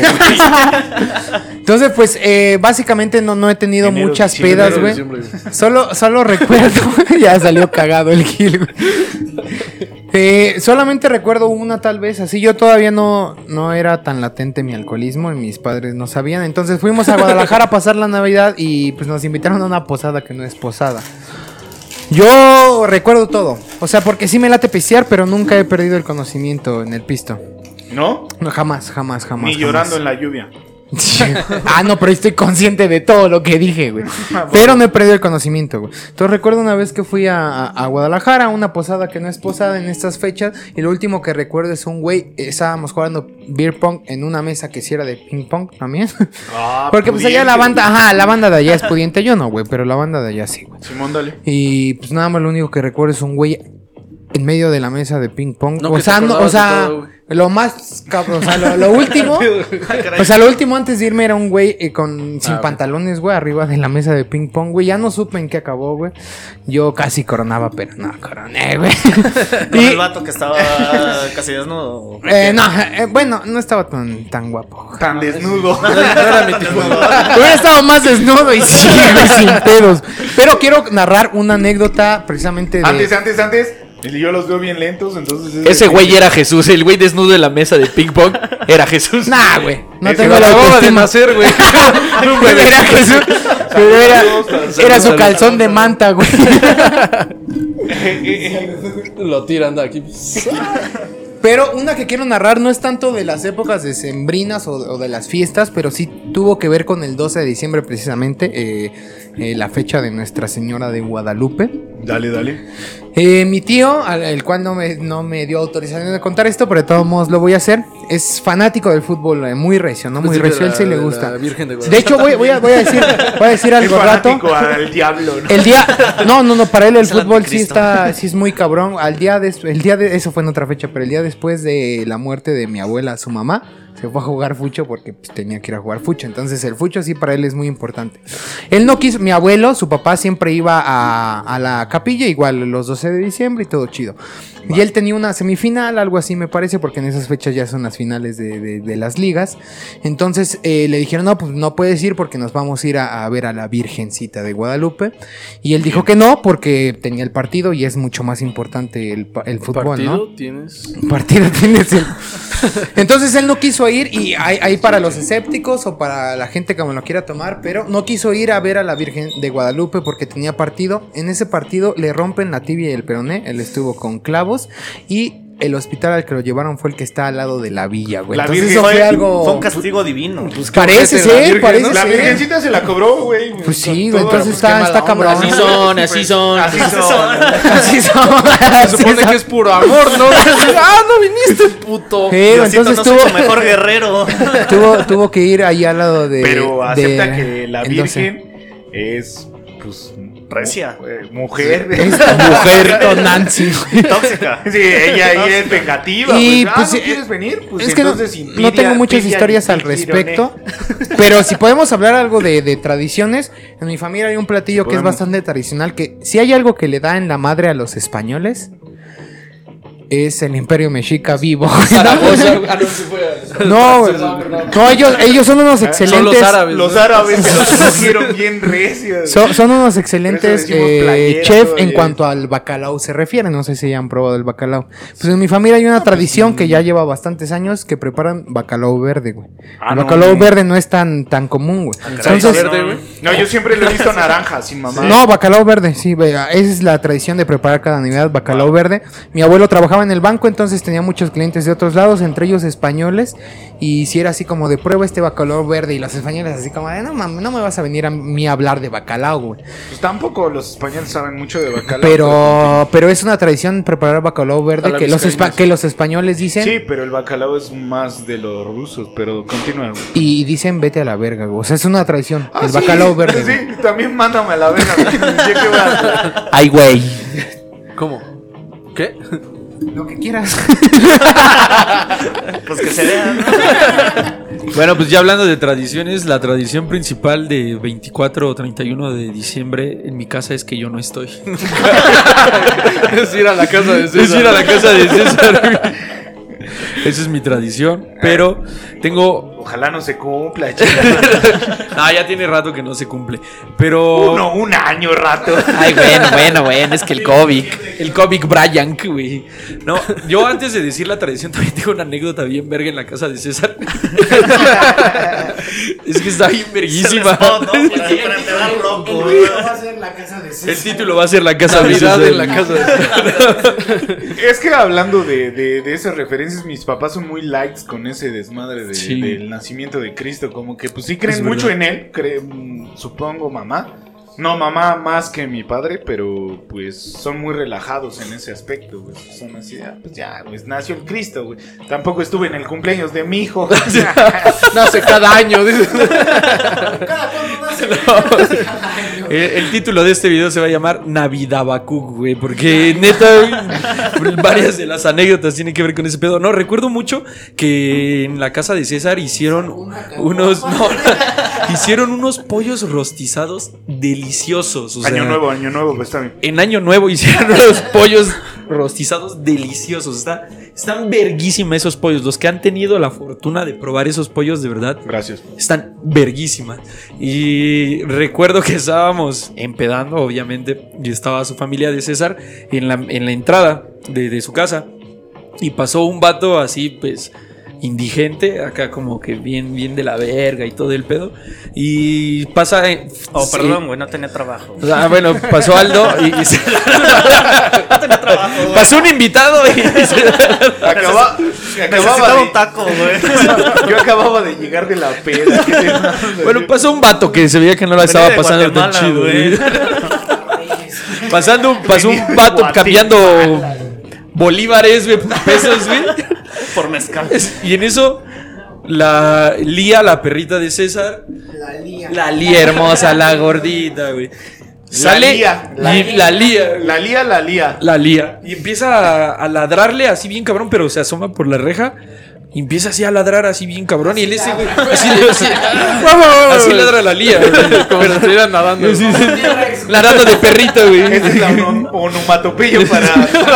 pues básicamente no he tenido Enero, muchas diciembre, pedas, Enero, güey. diciembre, güey. Solo recuerdo, ya salió cagado el Gil, güey. Solamente recuerdo una tal vez, así yo todavía no era tan latente mi alcoholismo y mis padres no sabían. Entonces fuimos a Guadalajara a pasar la Navidad y pues nos invitaron a una posada que no es posada. Yo recuerdo todo, o sea, porque sí me late pistear, pero nunca he perdido el conocimiento en el pisto. ¿No? No, jamás. Ni llorando en la lluvia. No, pero estoy consciente de todo lo que dije, güey. Pero no he perdido el conocimiento, güey. Entonces recuerdo una vez que fui a Guadalajara, a una posada que no es posada en estas fechas. Y lo último que recuerdo es un güey, estábamos jugando beer pong en una mesa que sí era de ping pong también. Porque pues allá la banda, la banda de allá es pudiente. Yo no, güey, pero la banda de allá sí, güey. Simón, dale. Y pues nada más lo único que recuerdo es un güey en medio de la mesa de ping pong. No, o que sea, te acordabas de todo, güey. lo más cabrón, o sea, lo último. O sea, lo último antes de irme era un güey sin pantalones, güey, arriba de la mesa de ping pong, güey. Ya no supe en qué acabó, güey. Yo casi coronaba, pero no coroné, güey. Con el vato que estaba casi desnudo. Bueno, no estaba tan guapo. Tan desnudo. No era mi tipo. Hubiera estado más desnudo y sí, güey, sin pedos. Pero quiero narrar una anécdota precisamente de... Antes. Y yo los veo bien lentos, entonces... Ese güey era Jesús. El güey desnudo en la mesa de ping pong era Jesús. Nah, güey. No Ese tengo lo la Acababa de autoestima. nacer, güey. Era Jesús. Pero era su calzón de manta, güey. Lo tiran de aquí. Pero una que quiero narrar no es tanto de las épocas decembrinas o de las fiestas, pero sí tuvo que ver con el 12 de diciembre precisamente, la fecha de Nuestra Señora de Guadalupe. Dale. Mi tío, el cual no me dio autorización de contar esto, pero de todos modos lo voy a hacer, es fanático del fútbol, muy recio, ¿no? Muy recio, él sí le gusta. La Virgen de De hecho, voy a decir algo Es rato. fanático al diablo, ¿no? El día, no, para él el Es el fútbol sí anticristo. sí es muy cabrón. Eso fue en otra fecha, pero el día después de la muerte de mi abuela, su mamá, se fue a jugar fucho porque pues, tenía que ir a jugar fucho. Entonces el fucho sí para él es muy importante. Él no quiso, mi abuelo, su papá siempre iba a la capilla, igual los 12 de diciembre y todo chido. Y él tenía una semifinal, algo así me parece, porque en esas fechas ya son las finales de las ligas. Entonces le dijeron, no, pues no puedes ir porque nos vamos a ir a ver a la Virgencita de Guadalupe. Y él dijo que no, porque tenía el partido y es mucho más importante el fútbol, ¿Partido ¿no? tienes? Partido tienes el... Entonces él no quiso ir y hay para los escépticos o para la gente que me lo quiera tomar, pero no quiso ir a ver a la Virgen de Guadalupe porque tenía partido. En ese partido le rompen la tibia y el peroné, él estuvo con clavos y el hospital al que lo llevaron fue el que está al lado de la villa, güey. La Entonces Virgen eso fue fue- algo... Fue un castigo divino. Parece ojete la ser, Virgen, parece ¿no? La ser. Virgencita se la cobró, güey. Pues sí, Con güey, todo, entonces pues, está qué mala cabrón. onda. Así son, así son. Así son. Así son. Se supone que es puro amor, ¿no? No viniste, puto. Sí, Diosito, entonces no soy tu mejor guerrero. tuvo que ir ahí al lado de... Pero acepta de- que la el 12. Virgen es, pues... Recia. Mujer. Es mujer con Nancy, güey. Tóxica. Sí, ella es vengativa. Y, pues, pues, ¿no quieres venir? Pues es que entonces no tengo muchas historias al respecto. Pero si podemos hablar algo de tradiciones, en mi familia hay un platillo que es Podemos. bastante tradicional, que si hay algo que le da en la madre a los españoles, es el Imperio Mexica vivo. Zaragoza. Ah, no, se fue. No, güey. No, ellos son unos Son excelentes. los árabes. Los ¿no? árabes se los cogieron bien recios. Son unos excelentes Por eso decimos playera chef todavía. en cuanto al bacalao se refiere. No sé si han probado el bacalao. Pues en mi familia hay una tradición que ya lleva bastantes años que preparan bacalao verde, güey. Ah, El no, bacalao no. verde no es tan común, güey. Entonces, verde, güey. No, yo siempre lo he visto naranja, sin mamá. no, bacalao verde, sí, vea, esa es la tradición de preparar cada Navidad, bacalao verde. Mi abuelo trabaja trabajaba en el banco, entonces tenía muchos clientes de otros lados, entre ellos españoles. Y si era así como de prueba este bacalao verde. Y los españoles así como de no mames, no me vas a venir a mí a hablar de bacalao, güey. Pues tampoco los españoles saben mucho de bacalao. Pero es una tradición preparar bacalao verde A la que vizcaína, que los españoles dicen. Sí, pero el bacalao es más de los rusos, pero continúa, güey. Y dicen vete a la verga, güey. O sea, es una tradición. Ah, el sí, bacalao verde. güey. Sí, también mándame a la verga. ¿Yo qué voy a hacer? Ay, güey. ¿Cómo? ¿Qué? Lo que quieras. Pues que se vea, ¿no? Bueno, pues ya hablando de tradiciones, la tradición principal de 24 o 31 de diciembre en mi casa es que yo no estoy. Es ir a la casa de César. Es ir a la casa de César. Esa es mi tradición, pero tengo... Ojalá no se cumpla, chica. No, ya tiene rato que no se cumple, pero... Un año, rato. Ay, bueno, es que el cómic Brian, güey. No, yo antes de decir la tradición también tengo una anécdota bien verga en la casa de César. Es que está bien verguísima. Para empezar loco, güey. El título va a ser la casa de Navidad César. en la casa de César. Es que hablando de esas referencias, mis papás son muy likes con ese desmadre Sí. del nacimiento de Cristo. Como que pues sí creen Es mucho verdad. en él, creen, supongo mamá. No, mamá más que mi padre, pero pues son muy relajados en ese aspecto, güey. Son así, pues ya, pues nació el Cristo, güey. Tampoco estuve en el cumpleaños de mi hijo. Nace cada año. Dice. El título de este video se va a llamar Navidabacú, güey, porque neta, güey, varias de las anécdotas tienen que ver con ese pedo. No, recuerdo mucho que en la casa de César hicieron hicieron unos pollos rostizados deliciosos. O sea, Año nuevo, pues está bien. en Año Nuevo hicieron unos pollos rostizados deliciosos. Están verguísimas esos pollos. Los que han tenido la fortuna de probar esos pollos, de verdad, Gracias. están verguísimas. Y recuerdo que estábamos empedando, obviamente, y estaba su familia de César en la entrada de su casa. Y pasó un vato así, pues, indigente, acá como que bien de la verga y todo el pedo. Y pasa... Oh, sí. perdón, güey, no tenía trabajo. O sea, bueno, pasó Aldo y pasó un invitado y Acababa Necesitaba un taco, güey. Yo acababa de llegar de la peda. bueno, pasó un vato que se veía que no la Venía estaba de pasando tan Guatemala, chido, güey. pasó un vato Guatemala. cambiando bolívares, güey, pesos, güey. Por mezcal. Y en eso la perrita de César, la Lía hermosa, la gordita, güey. Sale Lía. y la Lía. La lía. Y empieza a ladrarle así bien cabrón, pero se asoma por la reja. Y empieza así a ladrar así bien cabrón. Y él ese güey. Así ladra la Lía. Como si estuvieran nadando. Ladrando de perrito, güey. Esa es la onomatopeya para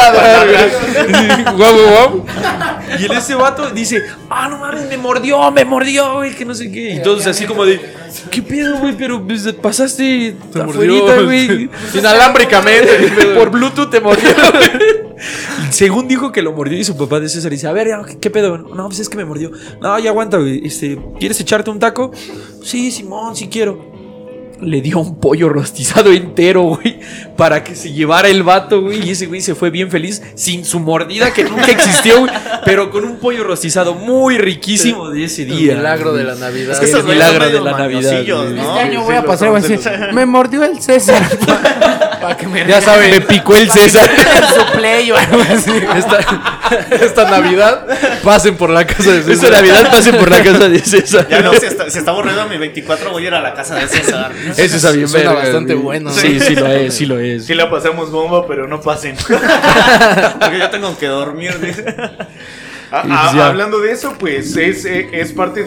Guau, guau, guau. Y el ese vato dice: ah, no mames, me mordió, güey, que no sé qué. Y todos así como de: ¿qué pedo, güey? Pero pues, pasaste afuerita, güey. Inalámbricamente. Por Bluetooth te mordió, güey. Según dijo que lo mordió y su papá de César dice: a ver, ¿qué pedo? No, pues es que me mordió. No, ya aguanta, güey. ¿Quieres echarte un taco? Sí, Simón, sí quiero. Le dio un pollo rostizado entero, güey, para que se llevara el vato, güey. Y ese güey se fue bien feliz, sin su mordida que nunca existió, güey, pero con un pollo rostizado muy riquísimo de ese día. El milagro de la Navidad. Es que El esos güeyes milagro son de medio la Navidad, mañosillos, güey. ¿no? Este año voy sí, a pasar y voy a decir, me mordió el César. Para que me Ya saben, me picó el César. su play o algo así. Esta Navidad pasen por la casa de Esta César. Navidad pasen por la casa de César. Ya no, si está aburrido mi 24, voy a ir a la casa de César. Eso está bien Suena verga, bastante güey. bueno. Sí, sí lo es, sí lo es. Sí la pasamos bomba, pero no pasen. Porque yo tengo que dormir. Dice. pues ya. Hablando de eso, pues es parte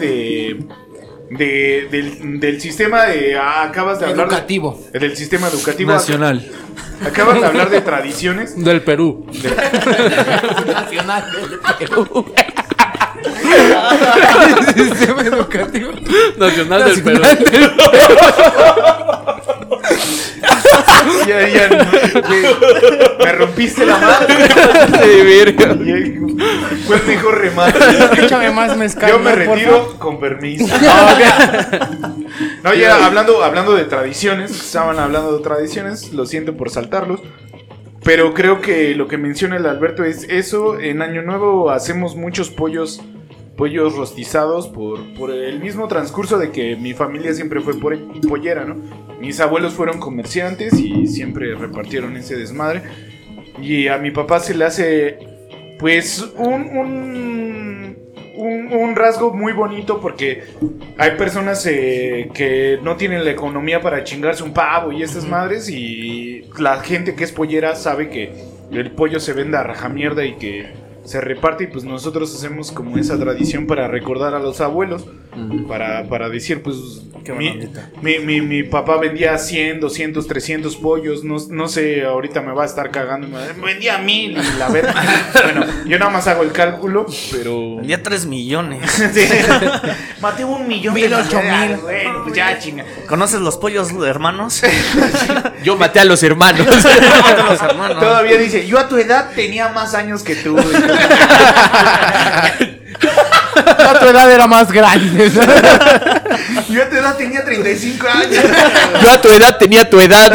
del sistema de... acabas de hablar... Educativo. Del sistema educativo. Nacional. Acabas de hablar de tradiciones. Del Perú. Nacional del Perú. Sistema educativo. Nacional del Perú. Ya, güey, me rompiste la madre. De verga. Fue el mejor remate. Échame más mezcal. Yo me ¿no? Por retiro con permiso. No, ya hablando de tradiciones, estaban hablando de tradiciones, lo siento por saltarlos. Pero creo que lo que menciona el Alberto es eso. En Año Nuevo hacemos muchos pollos rostizados por el mismo transcurso de que mi familia siempre fue pollera, ¿no? Mis abuelos fueron comerciantes y siempre repartieron ese desmadre. Y a mi papá se le hace, pues, un rasgo muy bonito porque hay personas que no tienen la economía para chingarse un pavo y estas madres, y la gente que es pollera sabe que el pollo se vende a rajamierda y que se reparte, y pues nosotros hacemos como esa tradición para recordar a los abuelos, para decir, pues mi papá vendía 100, 200, 300 pollos, no sé, ahorita me va a estar cagando, vendía 1000 y la verdad, bueno, yo nada más hago el cálculo, pero... Vendía 3 millones. Sí. Maté 1 millón. 1,000. Bueno, pues ya chinga. ¿Conoces los pollos hermanos? Yo maté a los hermanos. Los hermanos. Todavía dice, yo a tu edad tenía más años que tú. A tu edad era más grande. Yo a tu edad tenía 35 años. Yo a tu edad tenía tu edad.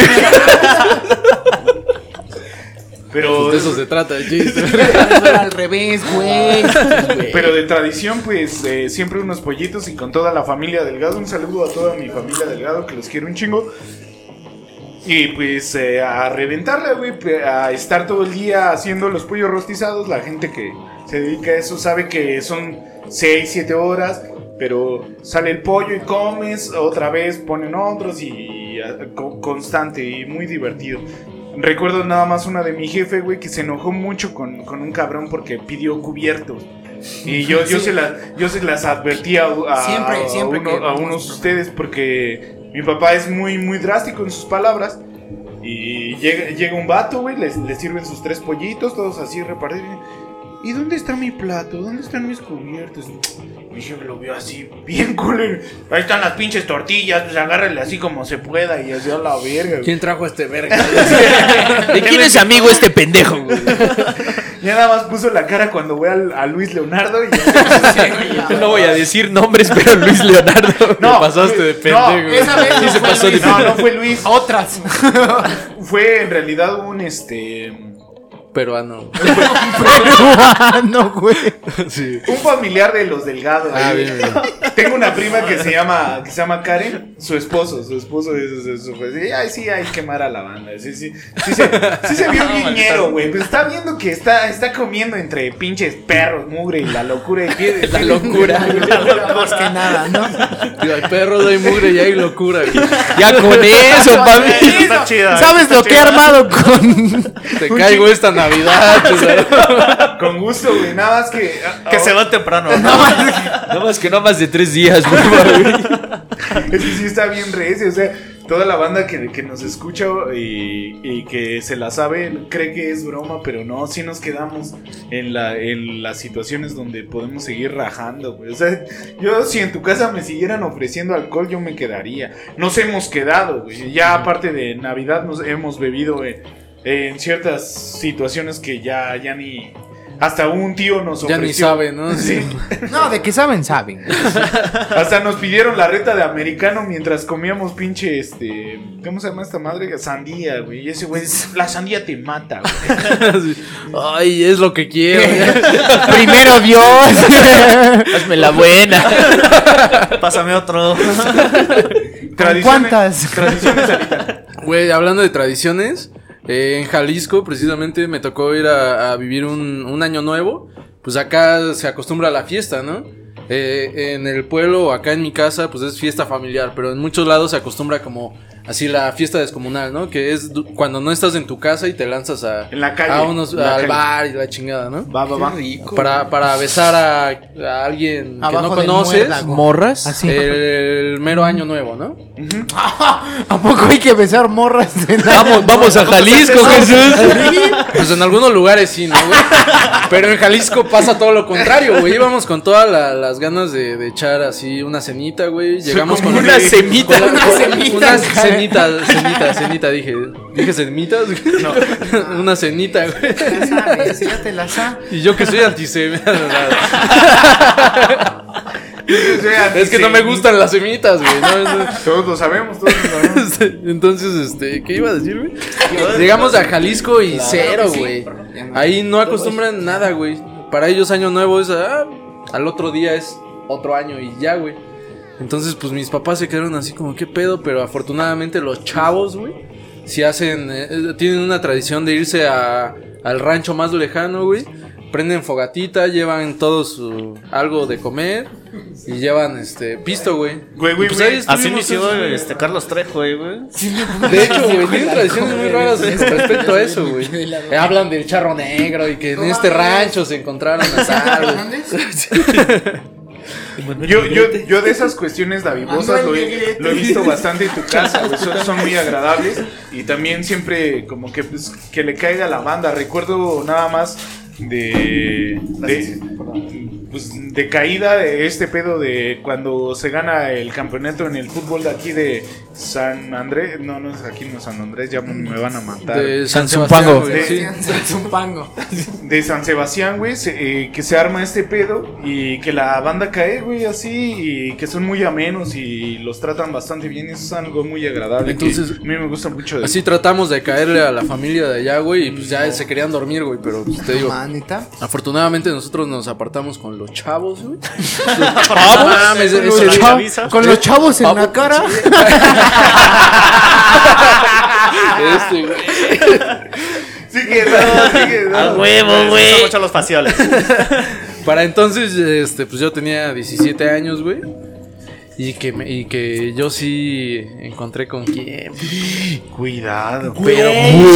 Pero De eso se trata el chiste. Eso era al revés, güey. Pero de tradición, pues siempre unos pollitos y con toda la familia Delgado. Un saludo a toda mi familia Delgado, que los quiero un chingo. Y pues a reventarla, güey, a estar todo el día haciendo los pollos rostizados. La gente que se dedica a eso sabe que son 6, 7 horas, pero sale el pollo y comes, otra vez ponen otros y constante y muy divertido. Recuerdo nada más una de mi jefe, güey, que se enojó mucho con un cabrón porque pidió cubiertos. Y yo se las advertí a unos de ustedes, porque mi papá es muy, muy drástico en sus palabras. Y llega un vato, güey, le sirven sus 3 pollitos, todos así repartidos. ¿Y dónde está mi plato? ¿Dónde están mis cubiertos? Mi jefe lo vio así, bien culero. Ahí están las pinches tortillas, pues agárrale así como se pueda y así a la verga, güey. ¿Quién trajo este verga? ¿De quién es amigo este pendejo, güey? Ya nada más puso la cara cuando ve a Luis Leonardo y No voy a decir nombres, pero Luis Leonardo. No, Te pasaste de pendejo. No, esa vez Sí no se fue pasó de Luis. No fue Luis. Otras. Fue en realidad un Peruano. No, güey. Sí. un familiar de los Delgados. Ah, ahí. bien, bien. Tengo una prima que se llama Karen, su esposo es ay, sí, hay que quemar a la banda. Sí se vio bien ñero, güey. Pues está viendo que está comiendo entre pinches perros, mugre y la locura y pie. La locura. Más que nada, ¿no? Digo, hay perros, hay mugre y hay locura, güey. Ya con eso, papi. Está chida. ¿Sabes lo que he armado con...? Te caigo esta Navidad, o sea. Con gusto, güey. Nada más que. Que se va temprano. No más que no más de 3 días, güey. Es que sí está bien recio, o sea, toda la banda que nos escucha y que se la sabe cree que es broma, pero no, sí nos quedamos en las situaciones donde podemos seguir rajando, güey. O sea, yo si en tu casa me siguieran ofreciendo alcohol, yo me quedaría. Nos hemos quedado, güey. Ya aparte de Navidad nos hemos bebido en ciertas situaciones que ya ni... Hasta un tío nos ofreció. Ya ni sabe, ¿no? Sí. No, de que saben. Hasta nos pidieron la reta de americano mientras comíamos pinche, ¿cómo se llama esta madre? Sandía, güey. Y ese güey, la sandía te mata, güey. Ay, es lo que quiero. Primero Dios. Hazme la buena. Pásame otro. ¿Cuántas? Tradiciones ahorita. Güey, hablando de tradiciones, en Jalisco precisamente me tocó ir a vivir un año nuevo. Pues acá se acostumbra a la fiesta, ¿no? En el pueblo o acá en mi casa pues es fiesta familiar, pero en muchos lados se acostumbra como así la fiesta descomunal, ¿no? Que es cuando no estás en tu casa y te lanzas En la calle. al bar y la chingada, ¿no? Va. Para besar a alguien que Abajo no del conoces. muérdago. ¿Morras? Así. El mero año nuevo, ¿no? ¿A poco hay que besar morras? Vamos a Jalisco, Jesús. Pues en algunos lugares sí, ¿no, güey? Pero en Jalisco pasa todo lo contrario, güey. Íbamos con todas las ganas de echar así una cenita, güey. Llegamos con una semita. una cenita, dije. ¿Dije semitas? No. Una cenita, güey. Ya sabes, ya te la sabes. Y yo que soy antisemita. Es que no me gustan las semitas, güey. No. Todos lo sabemos, todos lo sabemos. Entonces, ¿qué iba a decir, güey? Llegamos a Jalisco y cero, güey. Ahí no acostumbran nada, güey. Para ellos año nuevo es al otro día es otro año y ya, güey. Entonces, pues mis papás se quedaron así como, ¿qué pedo? Pero afortunadamente los chavos, güey, si hacen, tienen una tradición de irse al rancho más lejano, güey. Prenden fogatita, llevan todos algo de comer y llevan pisto, güey. Güey, Pues ahí Así estuvimos inició esos, Carlos Trejo, güey. De hecho, güey, tienen tradiciones muy raras respecto a eso, güey. Hablan del charro negro y que en este rancho se encontraron las aves. Yo de esas cuestiones davivosas lo he visto bastante en tu casa, güey. Son muy agradables. Y también siempre como que, pues, que le caiga a la banda. Recuerdo nada más de caída de este pedo de cuando se gana el campeonato en el fútbol de aquí de San Andrés. No es aquí, no San Andrés, ya me van a matar. De San Zumpango. Sebastián, güey, sí. De San Sebastián, güey, que se arma este pedo y que la banda cae, güey, así, y que son muy amenos y los tratan bastante bien. Eso es algo muy agradable. Entonces, a mí me gusta mucho. Así tratamos de caerle a la familia de allá, güey, y pues ya se querían dormir, güey, pero pues, te digo, afortunadamente nosotros nos apartamos con los chavos, güey. Con los chavos en la cara. Güey. Sí que no. A huevo, güey. Son mucho los faciales. Para entonces, pues yo tenía 17 años, güey. Y que yo sí encontré con quién. Cuidado. Pero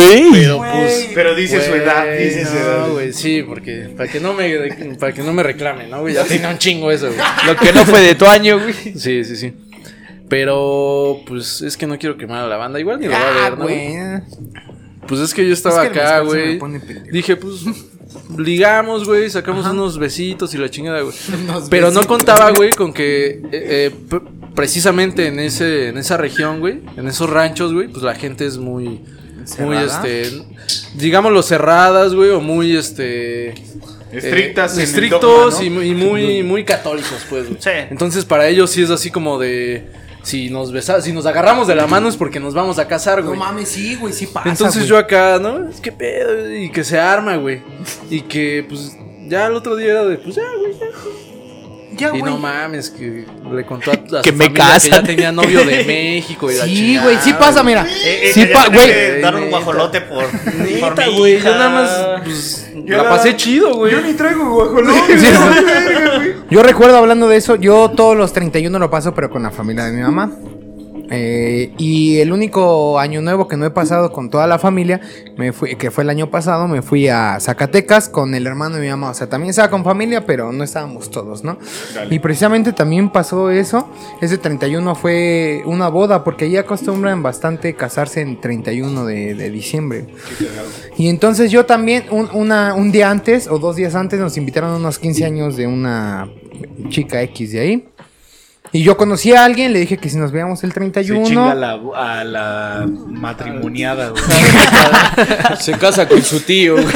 dice su edad, dice su edad. No, güey, sí, porque para que no me reclame, ¿no, güey? Ya tenía un chingo eso, güey. Lo que no fue de tu año, güey. Sí. Pero, pues, es que no quiero quemar a la banda. Igual ni lo va a ver, ¿no? Güey. Pues es que yo estaba acá, güey. Dije, pues, ligamos, güey, sacamos unos besitos y la chingada, güey. Pero no contaba, güey, con que precisamente en esa región, güey, en esos ranchos, güey, pues la gente es muy, digámoslo, cerradas, güey, o muy, estrictas, estrictos en el dogma, ¿no? y muy católicos, pues, güey. Sí. Entonces para ellos sí es así como de, si nos agarramos de la mano es porque nos vamos a casar, güey. No mames, sí, güey, sí pasa. Entonces yo acá, ¿no? Es que pedo, y que se arma, güey. Y que, pues, ya el otro día era de, pues, ya, güey, Ya, y güey. no mames, que le contó a su Que me familia casan. que ya tenía novio de México y la Sí, chingada, güey, sí pasa, mira. Sí, güey. Dar un guajolote por Neta, mi güey, hija. yo nada más, pues, Yo la la- pasé chido, güey. Yo ni traigo guajolote. Sí, no, sí. verga, güey. Yo recuerdo hablando de eso, yo todos los 31 lo paso, pero con la familia de mi mamá. Y el único año nuevo que no he pasado con toda la familia, que fue el año pasado, me fui a Zacatecas con el hermano de mi mamá. O sea, también estaba con familia, pero no estábamos todos, ¿no? Dale. Y precisamente también pasó eso. Ese 31 fue una boda, porque allí acostumbran bastante casarse en 31 de diciembre. Y entonces yo también, un día antes o 2 días antes, nos invitaron a unos 15 años de una chica X de ahí. Y yo conocí a alguien, le dije que si nos veíamos el 31. Se chinga a la matrimoniada, güey. Se casa con su tío, güey.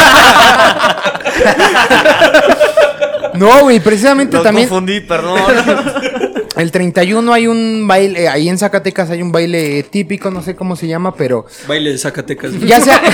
No, güey, precisamente Los también. confundí, perdón. El 31 hay un baile, ahí en Zacatecas hay un baile típico, no sé cómo se llama, pero Baile de Zacatecas, güey. ya sea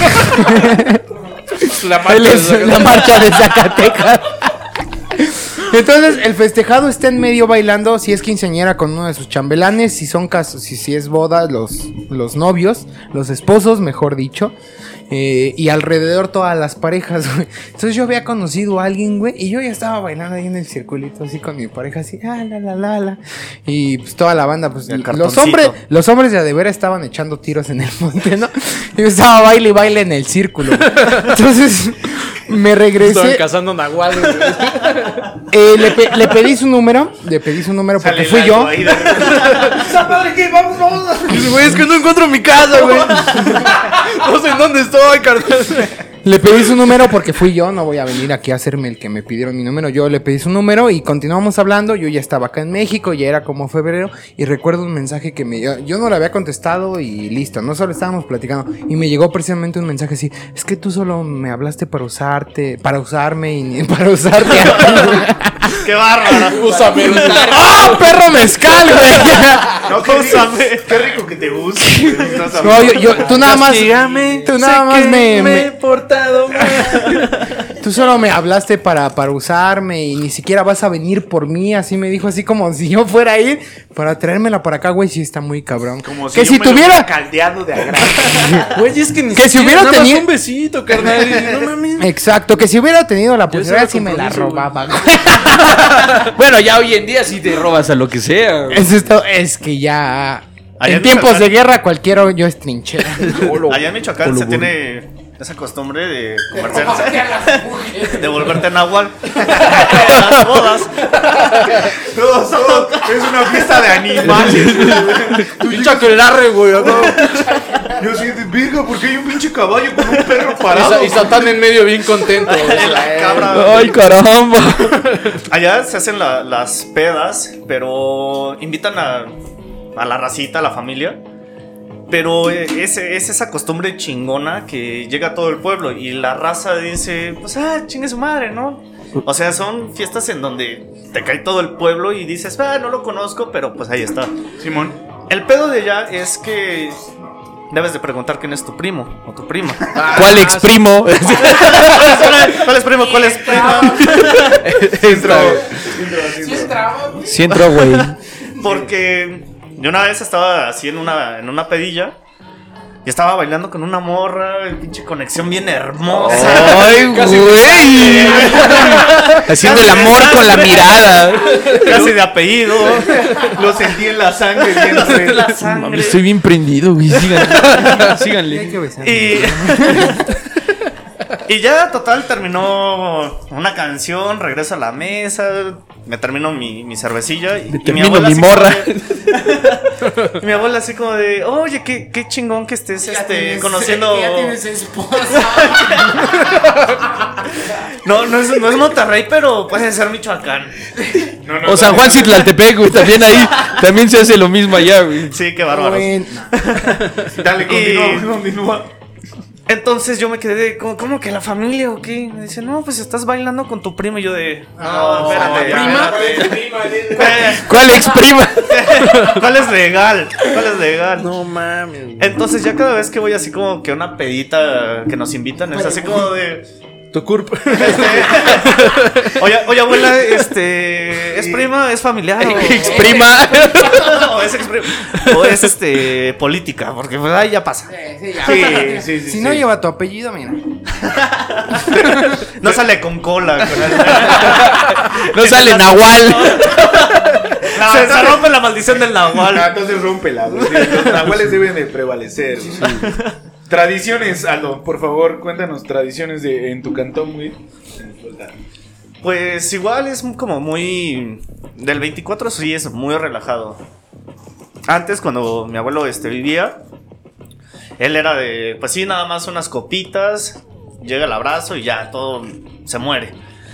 La la marcha de Zacatecas. Entonces, el festejado está en medio bailando, si es quinceañera con uno de sus chambelanes, si es boda, los novios, los esposos, mejor dicho. Y alrededor todas las parejas, güey. Entonces yo había conocido a alguien, güey, y yo ya estaba bailando ahí en el circulito, así con mi pareja, así, la. Y pues toda la banda, pues El los cartoncito. hombres de a veras estaban echando tiros en el monte, ¿no? Yo estaba baile y baile en el círculo. Entonces me Estaban regresé. cazando nahuales, güey. Le pedí su número, porque Sale fui el yo. algo ahí de- ¡Esa madre que vamos! Dice, güey, es que no encuentro mi casa, güey. No sé en dónde estoy, carnal. Le pedí su número porque fui yo, no voy a venir aquí a hacerme el que me pidieron mi número. Yo le pedí su número y continuamos hablando. Yo ya estaba acá en México, ya era como febrero. Y recuerdo un mensaje que yo no le había contestado y listo, no solo estábamos platicando. Y me llegó precisamente un mensaje así: es que tú solo me hablaste para usarme y ni para usarte a ti". ¡Qué bárbaro! Úsame. ¡Ah, perro mezcal, güey! No, qué rico que te guste. No, tú nada más. Tú nada más me he portado mal. Tú solo me hablaste para usarme y ni siquiera vas a venir por mí. Así me dijo, así como si yo fuera a ir para traérmela para acá, güey. Sí, está muy cabrón. Como que si si yo me lo tuviera. hubiera caldeado de agrado. Güey, es que ni Que si siquiera, hubiera nada más tenido- un besito, carnal. No mames. Exacto, que si hubiera tenido la Yo posibilidad, soy sí me la compromiso, robaba, güey. Bueno, ya hoy en día sí te robas a lo que sea. Es que ya. Allá En en tiempos Michoacán- de guerra, cualquier hoyo es trinchera. Allá en Michoacán se tiene esa costumbre de convertirse, de volverte nahual en las bodas. Todo es una fiesta de animales. Pinche aquelarre, güey. Yo soy de virga porque hay un pinche caballo con un perro parado. Y Satán en medio bien contento. La cabra. Ay, caramba. Allá se hacen las pedas, pero invitan a la racita, a la familia. Pero es esa costumbre chingona que llega a todo el pueblo y la raza dice, pues, chingue su madre, ¿no? O sea, son fiestas en donde te cae todo el pueblo y dices, no lo conozco, pero pues ahí está. Simón. El pedo de allá es que debes de preguntar quién es tu primo o tu prima. ¿Cuál exprimo? ¿Cuál es primo? ¿Cuál es prima? Sí entró, güey. Porque yo una vez estaba así en una pedilla y estaba bailando con una morra, el pinche conexión bien hermosa. Ay, güey. Haciendo el amor con la mirada. Casi de apellido. Lo sentí en la sangre. Viéndose. La sangre. Estoy bien prendido, güey. Síganle. Y ya, total, terminó una canción, regreso a la mesa, me termino mi cervecilla y termino abuela mi así como morra. de- y mi abuela así como de, oye, qué chingón que estés conociendo. esposa. No es Monterrey, pero puede ser Michoacán. O San Juan Citlaltepec, güey. También ahí. También se hace lo mismo allá, güey. Sí, qué bárbaro. Dale, continúa. Entonces yo me quedé de, ¿cómo que la familia o qué? Me dice, no, pues estás bailando con tu prima. Y yo de, no, espérate. ¿Cuál exprima? ¿Cuál es legal? ¿Cuál es legal? No mames. Entonces ya cada vez que voy así como que a una pedita que nos invitan, es así como de... Tu curp. Oye, abuela, ¿es prima? ¿Es familiar? Exprima. O es política, porque pues ahí ya pasa. Sí. Si no lleva tu apellido, mira. No sale con cola. No sale Nahual. Se rompe la maldición del Nahual. Entonces rómpela, güey. Los nahuales deben de prevalecer. Tradiciones, Aldo, por favor, cuéntanos tradiciones en tu cantón, güey. Pues igual es como muy... Del 24 sí es muy relajado. Antes, cuando mi abuelo vivía, él era de... Pues sí, nada más unas copitas, llega el abrazo y ya, todo se muere.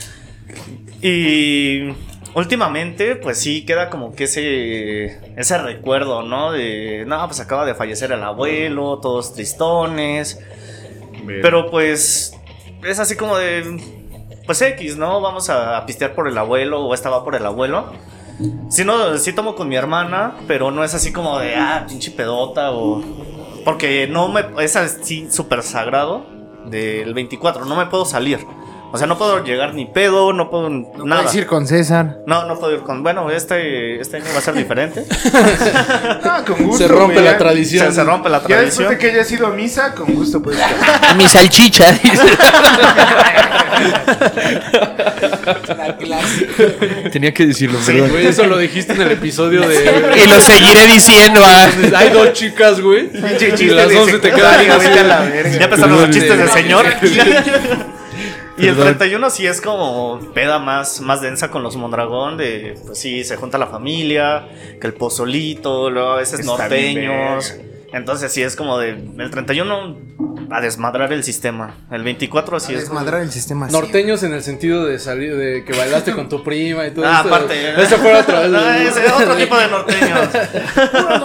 Y... Últimamente, pues sí, queda como que ese recuerdo, ¿no? De, no, pues acaba de fallecer el abuelo, todos tristones. Pero pues es así como de, pues X, ¿no? Vamos a pistear por el abuelo o esta va por el abuelo. Sí, no, sí tomo con mi hermana, pero no es así como de, pinche pedota o... Porque es así súper sagrado del 24, no me puedo salir. O sea, no puedo llegar ni pedo, no puedo nada. Puedes ir con César. No puedo ir con... Bueno, este año va a ser diferente. Con gusto. Se rompe güey. la tradición. Se rompe la Ya después tradición. de que hayas ido a misa, con gusto puedes ir. Mi salchicha. Tenía que decirlo, perdón. Güey, eso lo dijiste en el episodio de. Y lo seguiré diciendo. Hay dos chicas, güey. Y las dos se te quedan Ya así. empezaron los chistes del señor. Y el Perdón. 31 sí es como peda más densa con los Mondragón. De, pues sí, se junta la familia, que el pozolito, luego a veces Está bien norteños. Entonces sí es como de el 31 a desmadrar el sistema. El 24 sí es como... Desmadrar el sistema. así. Norteños en el sentido de salir, de que bailaste con tu prima y todo eso. Aparte. Ese fue otro. Ese es otro tipo de norteños.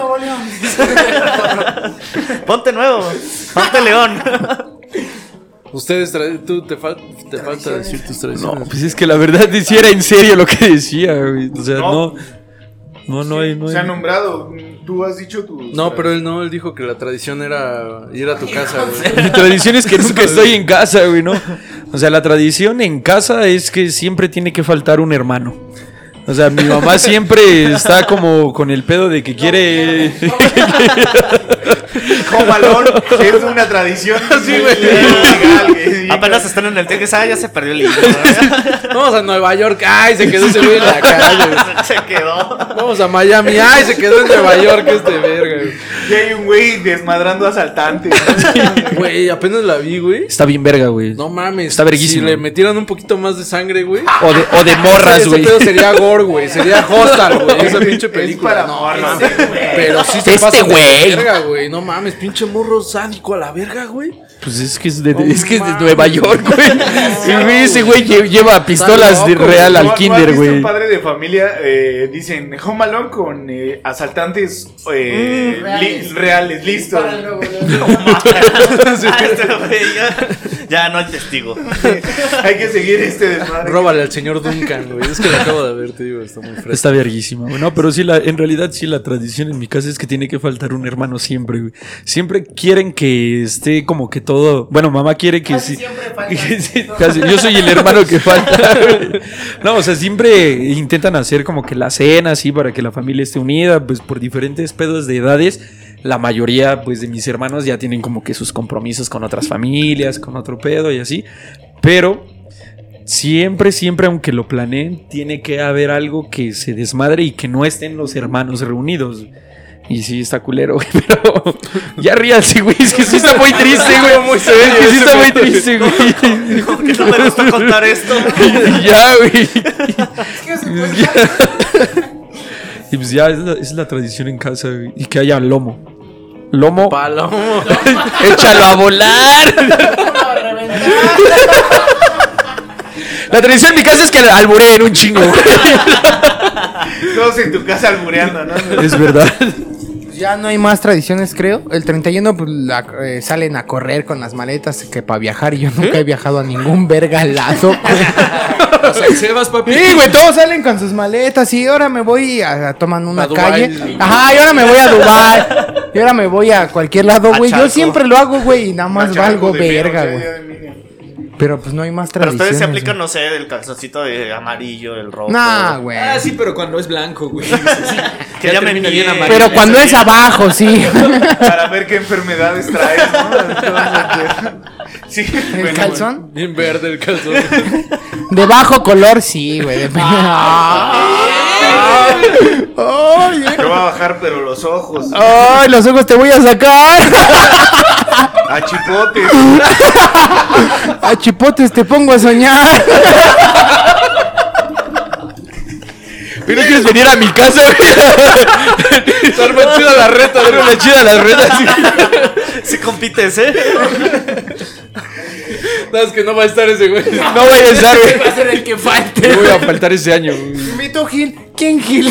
Ponte nuevo. Ponte león. Ustedes, tú te falta decir tus tradiciones. No, pues es que la verdad sí era en serio lo que decía, güey. O sea, no hay. Se ha nombrado. Tú has dicho tus. No, pero él dijo que la tradición era ir a tu casa, güey. Mi tradición es que nunca estoy en casa, güey, ¿no? O sea, la tradición en casa es que siempre tiene que faltar un hermano. O sea, mi mamá siempre está como con el pedo de que quiere... Jomalón, es una tradición. Sí, güey. Apenas están en el teque, ya se perdió el libro. Vamos a Nueva York, ay, se quedó ese güey en la calle, güey. Se quedó. Vamos a Miami, ay, se quedó en Nueva York este verga, güey. Y hay un güey desmadrando asaltantes. Güey, apenas la vi, güey. Está bien verga, güey. No mames. Está verguísimo. Si le metieran un poquito más de sangre, güey. O de morras, güey. Ese pedo sería gore, güey. Sería Hostal, güey. Esa pinche Es película. para No, morros. pero sí se Este pasa de güey. verga, güey. No mames, pinche morro sádico a la verga, güey. Pues es que es de mames. Nueva York, güey. Y güey, ese güey lleva pistolas de loco, real ¿No al has kinder, visto güey. un padre de familia? Dicen Home Alone con asaltantes reales, listos. Ya no hay testigo. Hay que seguir este desmadre. Róbale al señor Duncan, güey. Es que lo acabo de ver, te digo, está muy fresco. Está verguísima, güey. No, pero sí, en realidad sí la tradición en mi casa es que tiene que faltar un hermano siempre, güey. Siempre quieren que esté como que todo... Bueno, mamá quiere que sí. Sí, casi. Yo soy el hermano que falta, güey. No, o sea, siempre intentan hacer como que la cena así para que la familia esté unida, pues por diferentes pedos de edades. La mayoría, pues, de mis hermanos ya tienen como que sus compromisos con otras familias, con otro pedo y así. Pero siempre, aunque lo planeen, tiene que haber algo que se desmadre y que no estén los hermanos reunidos. Y sí, está culero, güey, pero ya ríanse, güey, es que sí está muy triste, güey. Muy serio, Es que sí está muy triste, güey. Que no me gusta contar esto. Ya, güey. Y pues ya es la tradición en casa, güey. Y que haya lomo. Lomo. Palomo. Échalo a volar. La tradición en mi casa es que albureen un chingo, güey. Todos en tu casa albureando, ¿no? Es verdad. Ya no hay más tradiciones, creo. El 31 pues, salen a correr con las maletas que para viajar. Y yo nunca he viajado a ningún verga lado. O sea, Sebas, papi. Sí, güey, todos salen con sus maletas. Y ahora me voy a tomar una A Dubái. calle. Ajá, y ahora me voy a Dubái. Y ahora me voy a cualquier lado, A güey. Yo Chalco. siempre lo hago, güey. Y nada más Machaco valgo de verga, menos, güey. Pero pues no hay más Pero tradiciones. ustedes se aplican, güey. no sé, el calzoncito de amarillo, el rojo. Nah, güey. Ah, sí, pero cuando es blanco, güey. Que ya me termina bien bien amarillo. Pero cuando es abajo, sí. Para ver qué enfermedades traes, ¿no? Sí, ¿El bueno, calzón? Bien verde el calzón. De bajo color, sí, güey. Depende. Ay, Te va a bajar, pero los ojos. ay, los ojos te voy a sacar. A chipotes. A chipotes te pongo a soñar. Pero no quieres venir a mi casa, güey. Está más chida la reta, Pero güey. la chida las retas. Si compites, ¿eh? Sabes que no va a estar ese güey. No voy a estar, güey. Va a ser el que falte. No voy a faltar ese año, güey. Invito Gil. ¿Quién Gil?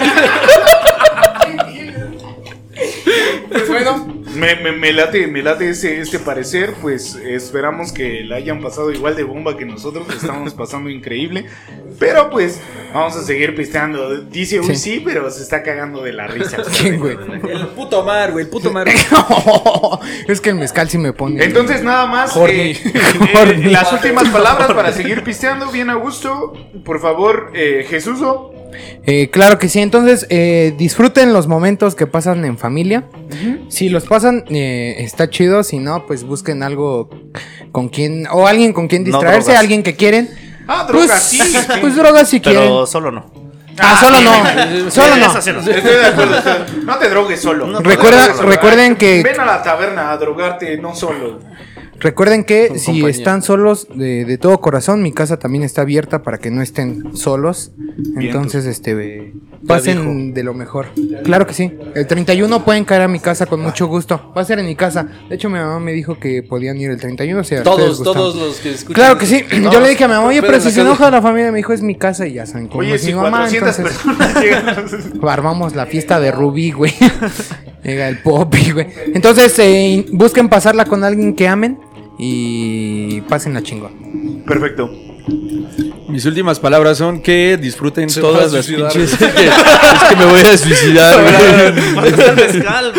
Pues bueno. Me late este parecer. Pues esperamos que la hayan pasado igual de bomba que nosotros. Que estamos pasando increíble. Pero pues vamos a seguir pisteando. Dice, uy, sí, pero se está cagando de la risa. ¿Quién, güey? El puto mar, güey. El puto mar. Es que el mezcal sí me pone. Entonces nada más Horny. Horny. las últimas palabras para seguir pisteando bien a gusto. Por favor, Jesús. Claro que sí, entonces disfruten los momentos que pasan en familia. Si los pasan, está chido. Si no, pues busquen algo con quien, o alguien con quien No distraerse, drogas. alguien que quieren. Drogas, Pues, sí. pues drogas si quieren. Pero solo no. Solo no. Solo no. Eso sí no. Estoy de acuerdo. No te drogues solo. No, Recuerden que Ven a la taberna a drogarte, no solo. Recuerden que Con si compañía. están solos de todo corazón, mi casa también está abierta para que no estén solos. Entonces, pasen de lo mejor. Claro que sí. El 31 pueden caer a mi casa con mucho gusto. Va a ser en mi casa. De hecho, mi mamá me dijo que podían ir el 31. Si a ustedes Todos gustan. los que escuchan. Claro que sí. Yo le dije a mi mamá, oye, Pero pero en si la se calle. enoja la familia, me dijo, es mi casa y ya saben cómo Oye, es si mi mamá. 400 Entonces, personas llegan. armamos la fiesta de Rubí, güey. Llega el Poppy, güey. Entonces, busquen pasarla con alguien que amen. y pásenla chingón. Perfecto. Mis últimas palabras son que disfruten Se todas va a las suicidar, pinches. Es que me voy a suicidar, güey. Maldita mezcal,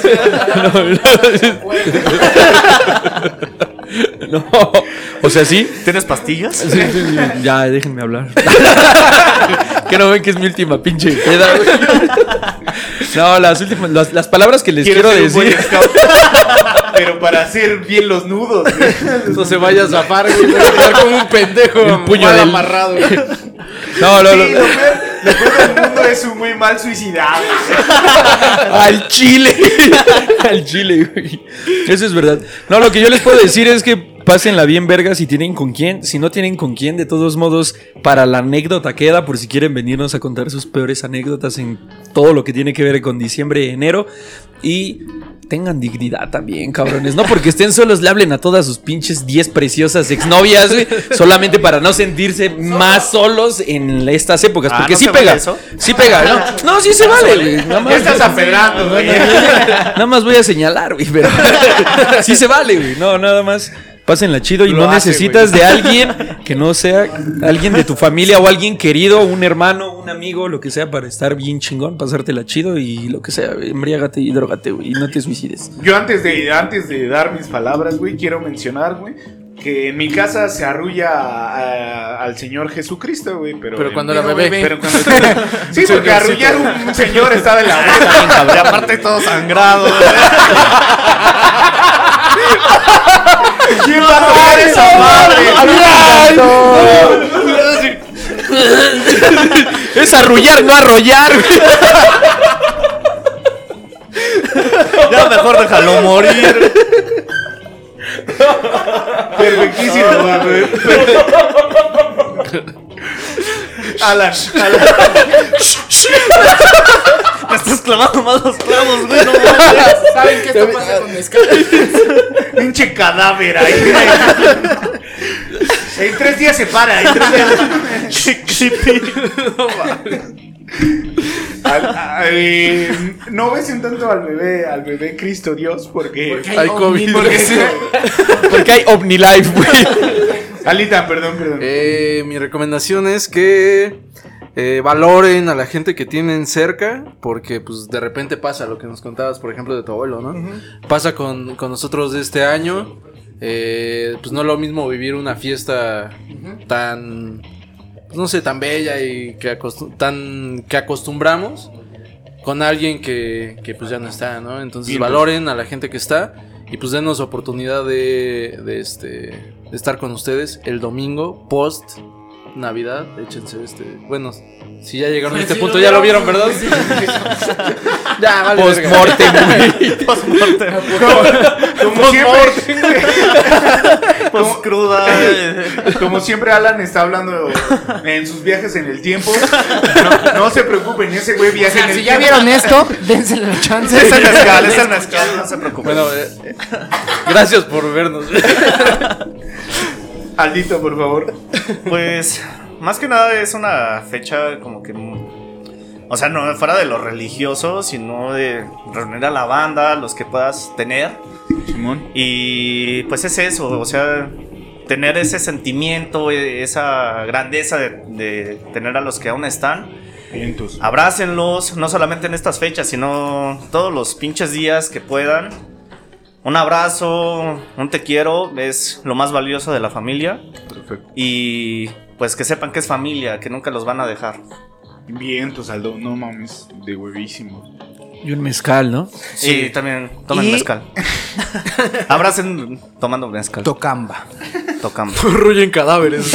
No, o sea, sí. ¿Tienes pastillas? Sí, ya, déjenme hablar. Que no ven que es mi última pinche peda, güey. No, las palabras que les quiero ser un Boy decir. Scout, pero para hacer bien los nudos. No se vaya a zafar, güey. Voy a quedar como un pendejo. El puño mal del- amarrado, güey. No, Sí, lo peor del mundo es un muy mal suicidado. Al chile. Al chile, güey. Eso es verdad. No, lo que yo les puedo decir es que pásenla bien, verga, si tienen con quién. Si no tienen con quién, de todos modos, para la anécdota queda, por si quieren venirnos a contar sus peores anécdotas en todo lo que tiene que ver con diciembre y enero. Y tengan dignidad también, cabrones. No porque estén solos, le hablen a todas sus pinches 10 preciosas exnovias, güey. Solamente para no sentirse más solos en estas épocas. Ah, Porque ¿no sí se vale pega. eso? Sí pega, ¿no? No, sí se vale, güey. Nada Ya más- estás aferrando, güey. Nada más voy a señalar, güey, pero sí se vale, güey. No, nada más pásenla chido y Lo no hace, necesitas güey. de alguien que no sea alguien de tu familia o alguien querido, un hermano, un amigo, lo que sea, para estar bien chingón, pasártela chido y lo que sea, güey. Embriágate y drogate, güey, y no te suicides. Yo antes de dar mis palabras, güey, quiero mencionar, güey, que en mi casa se arrulla al Señor Jesucristo, güey, pero Cuando era bebé. Pero cuando sí, porque arrullar un señor está de la verga. Y aparte todo sangrado. ¿Quién va a tocar esa madre? Es arrullar, no arrollar, güey. Ya mejor déjalo morir. Perfectísimo, güey. Alan. Me estás clavando más los clavos, güey. No mames. ¿Saben qué esto pasa con mezcal? Pinche cadáver ahí. En 3 días se para. En 3 días. Qué creepy. No besen tanto al bebé Cristo Dios, porque Hay COVID. Porque hay OmniLife, güey. Alita, perdón. Mi recomendación es que valoren a la gente que tienen cerca, porque pues de repente pasa lo que nos contabas, por ejemplo, de tu abuelo, ¿no? Pasa con nosotros de este año. Pues no es lo mismo vivir una fiesta tan, pues, no sé, tan bella y que acostumbramos con alguien que pues ya no está, ¿no? Entonces Bien, valoren a la gente que está y pues denos oportunidad de estar con ustedes el domingo post Navidad. Échense bueno, si ya llegaron a este punto ya lo vieron, ¿verdad? Ya, vale. Postmortem, güey. Postmortem. Como siempre. Postcruda. Como siempre, Alan está hablando en sus viajes en el tiempo. No se preocupen, ese güey viaja en el Si tiempo. ya vieron esto, dense la chance. Es el mezcal, es el mezcal. No se preocupen. Bueno, gracias por vernos. Aldito, por favor. Pues, más que nada es una fecha como que... O sea, no fuera de lo religioso, sino de reunir a la banda, los que puedas tener. Simón. Y pues es eso, o sea, tener ese sentimiento, esa grandeza de tener a los que aún están. Vientos. Abrácenlos, no solamente en estas fechas, sino todos los pinches días que puedan. Un abrazo, un te quiero, es lo más valioso de la familia. Perfecto. Y pues que sepan que es familia, que nunca los van a dejar. Vientos, Aldo. No mames, de huevísimo. Y un mezcal, ¿no? Sí, también tomen Y- mezcal. Abracen tomando mezcal. Tocamba. Tocamos. Ruyen cadáveres.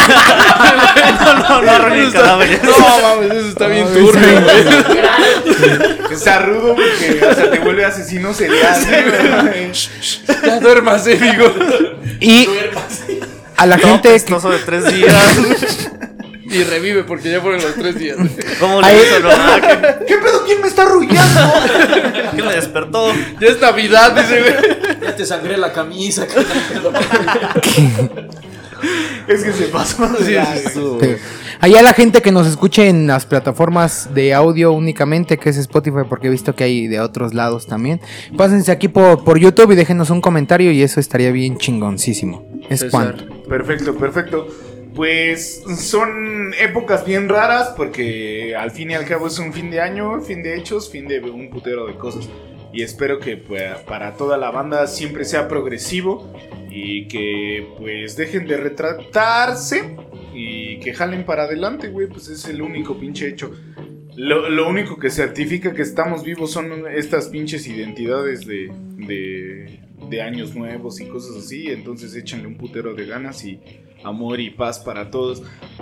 No arruinen cadáveres. No mames, eso está bien turbio, güey. Está rudo porque hasta te vuelve asesino serial. güey. Ya duérmase, digo. Y a la gente que... Pestoso de 3 días. Y revive porque ya fueron los 3 días. ¿Cómo le Ahí- hizo? No? ¿Qué pedo? ¿Quién me está arrullando? ¿Quién me despertó? Ya es Navidad, dice, güey. Ya te sangré la camisa. Es que se pasó. Allá la gente que nos escuche en las plataformas de audio únicamente, que es Spotify, porque he visto que hay de otros lados también. Pásense aquí por YouTube y déjenos un comentario y eso estaría bien chingoncísimo. Es César. cuanto. Perfecto. Pues son épocas bien raras porque al fin y al cabo es un fin de año, fin de hechos, fin de un putero de cosas. Y espero que pues, para toda la banda siempre sea progresivo y que pues dejen de retratarse y que jalen para adelante, güey, pues es el único pinche hecho. Lo único que certifica que estamos vivos son estas pinches identidades de años nuevos y cosas así. Entonces échenle un putero de ganas y amor y paz para todos.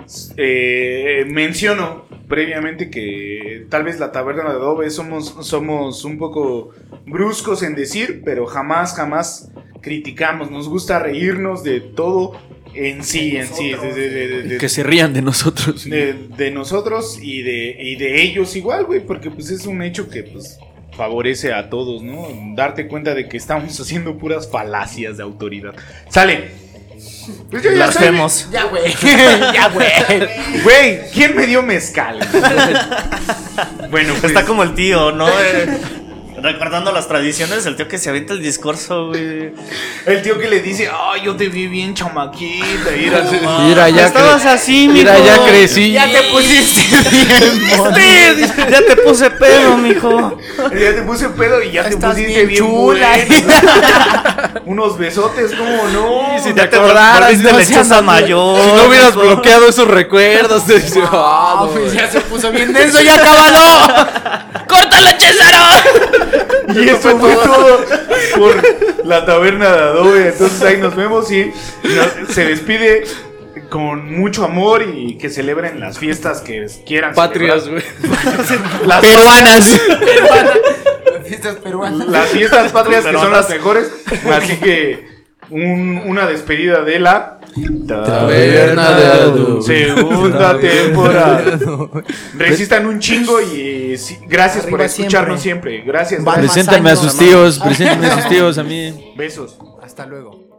Menciono previamente que tal vez la Taberna de Adobe somos un poco bruscos en decir, pero jamás criticamos. Nos gusta reírnos de todo en sí. Que se rían de nosotros. De nosotros y de ellos igual, güey, porque pues es un hecho que pues favorece a todos, ¿no? Darte cuenta de que estamos haciendo puras falacias de autoridad. Sale. Pues yo ya Blasfemos. Ya, güey. Ya, güey. Güey, ¿quién me dio mezcal? Bueno, pues Está como el tío, ¿no? Recordando las tradiciones, el tío que se avienta el discurso, güey. el tío que le dice, ay, yo te vi bien chamaquita. Mira, ya Estabas así, mijo. Mira, ya crecí. Ya te pusiste bien, Ya te puse pedo, mijo. Ya te puse pedo y ya te Estás pusiste bien bien chula. buena. Unos besotes, ¿cómo no? Si te Ya te acordaras, volviste no lechosa seas mayor. Si no hubieras mijo. bloqueado esos recuerdos, te dice, Ah, no, pues güey. ya se puso bien denso, ya acábalo. ¡Córtalo, Césaro! Y eso fue todo por la Taberna de Adobe. Entonces ahí nos vemos y se despide con mucho amor y que celebren las fiestas que quieran Patrias, celebrar. güey. Las Peruanas. Fiestas peruanas. Las fiestas patrias que son Peruanas. las mejores. Así que una despedida de la Taberna de Adobe. segunda temporada. Resistan un chingo y gracias por Arriba escucharnos siempre. Gracias. Van gracias. Preséntame a Más sus años, tíos, preséntame a sus tíos a mí. Besos. Hasta luego.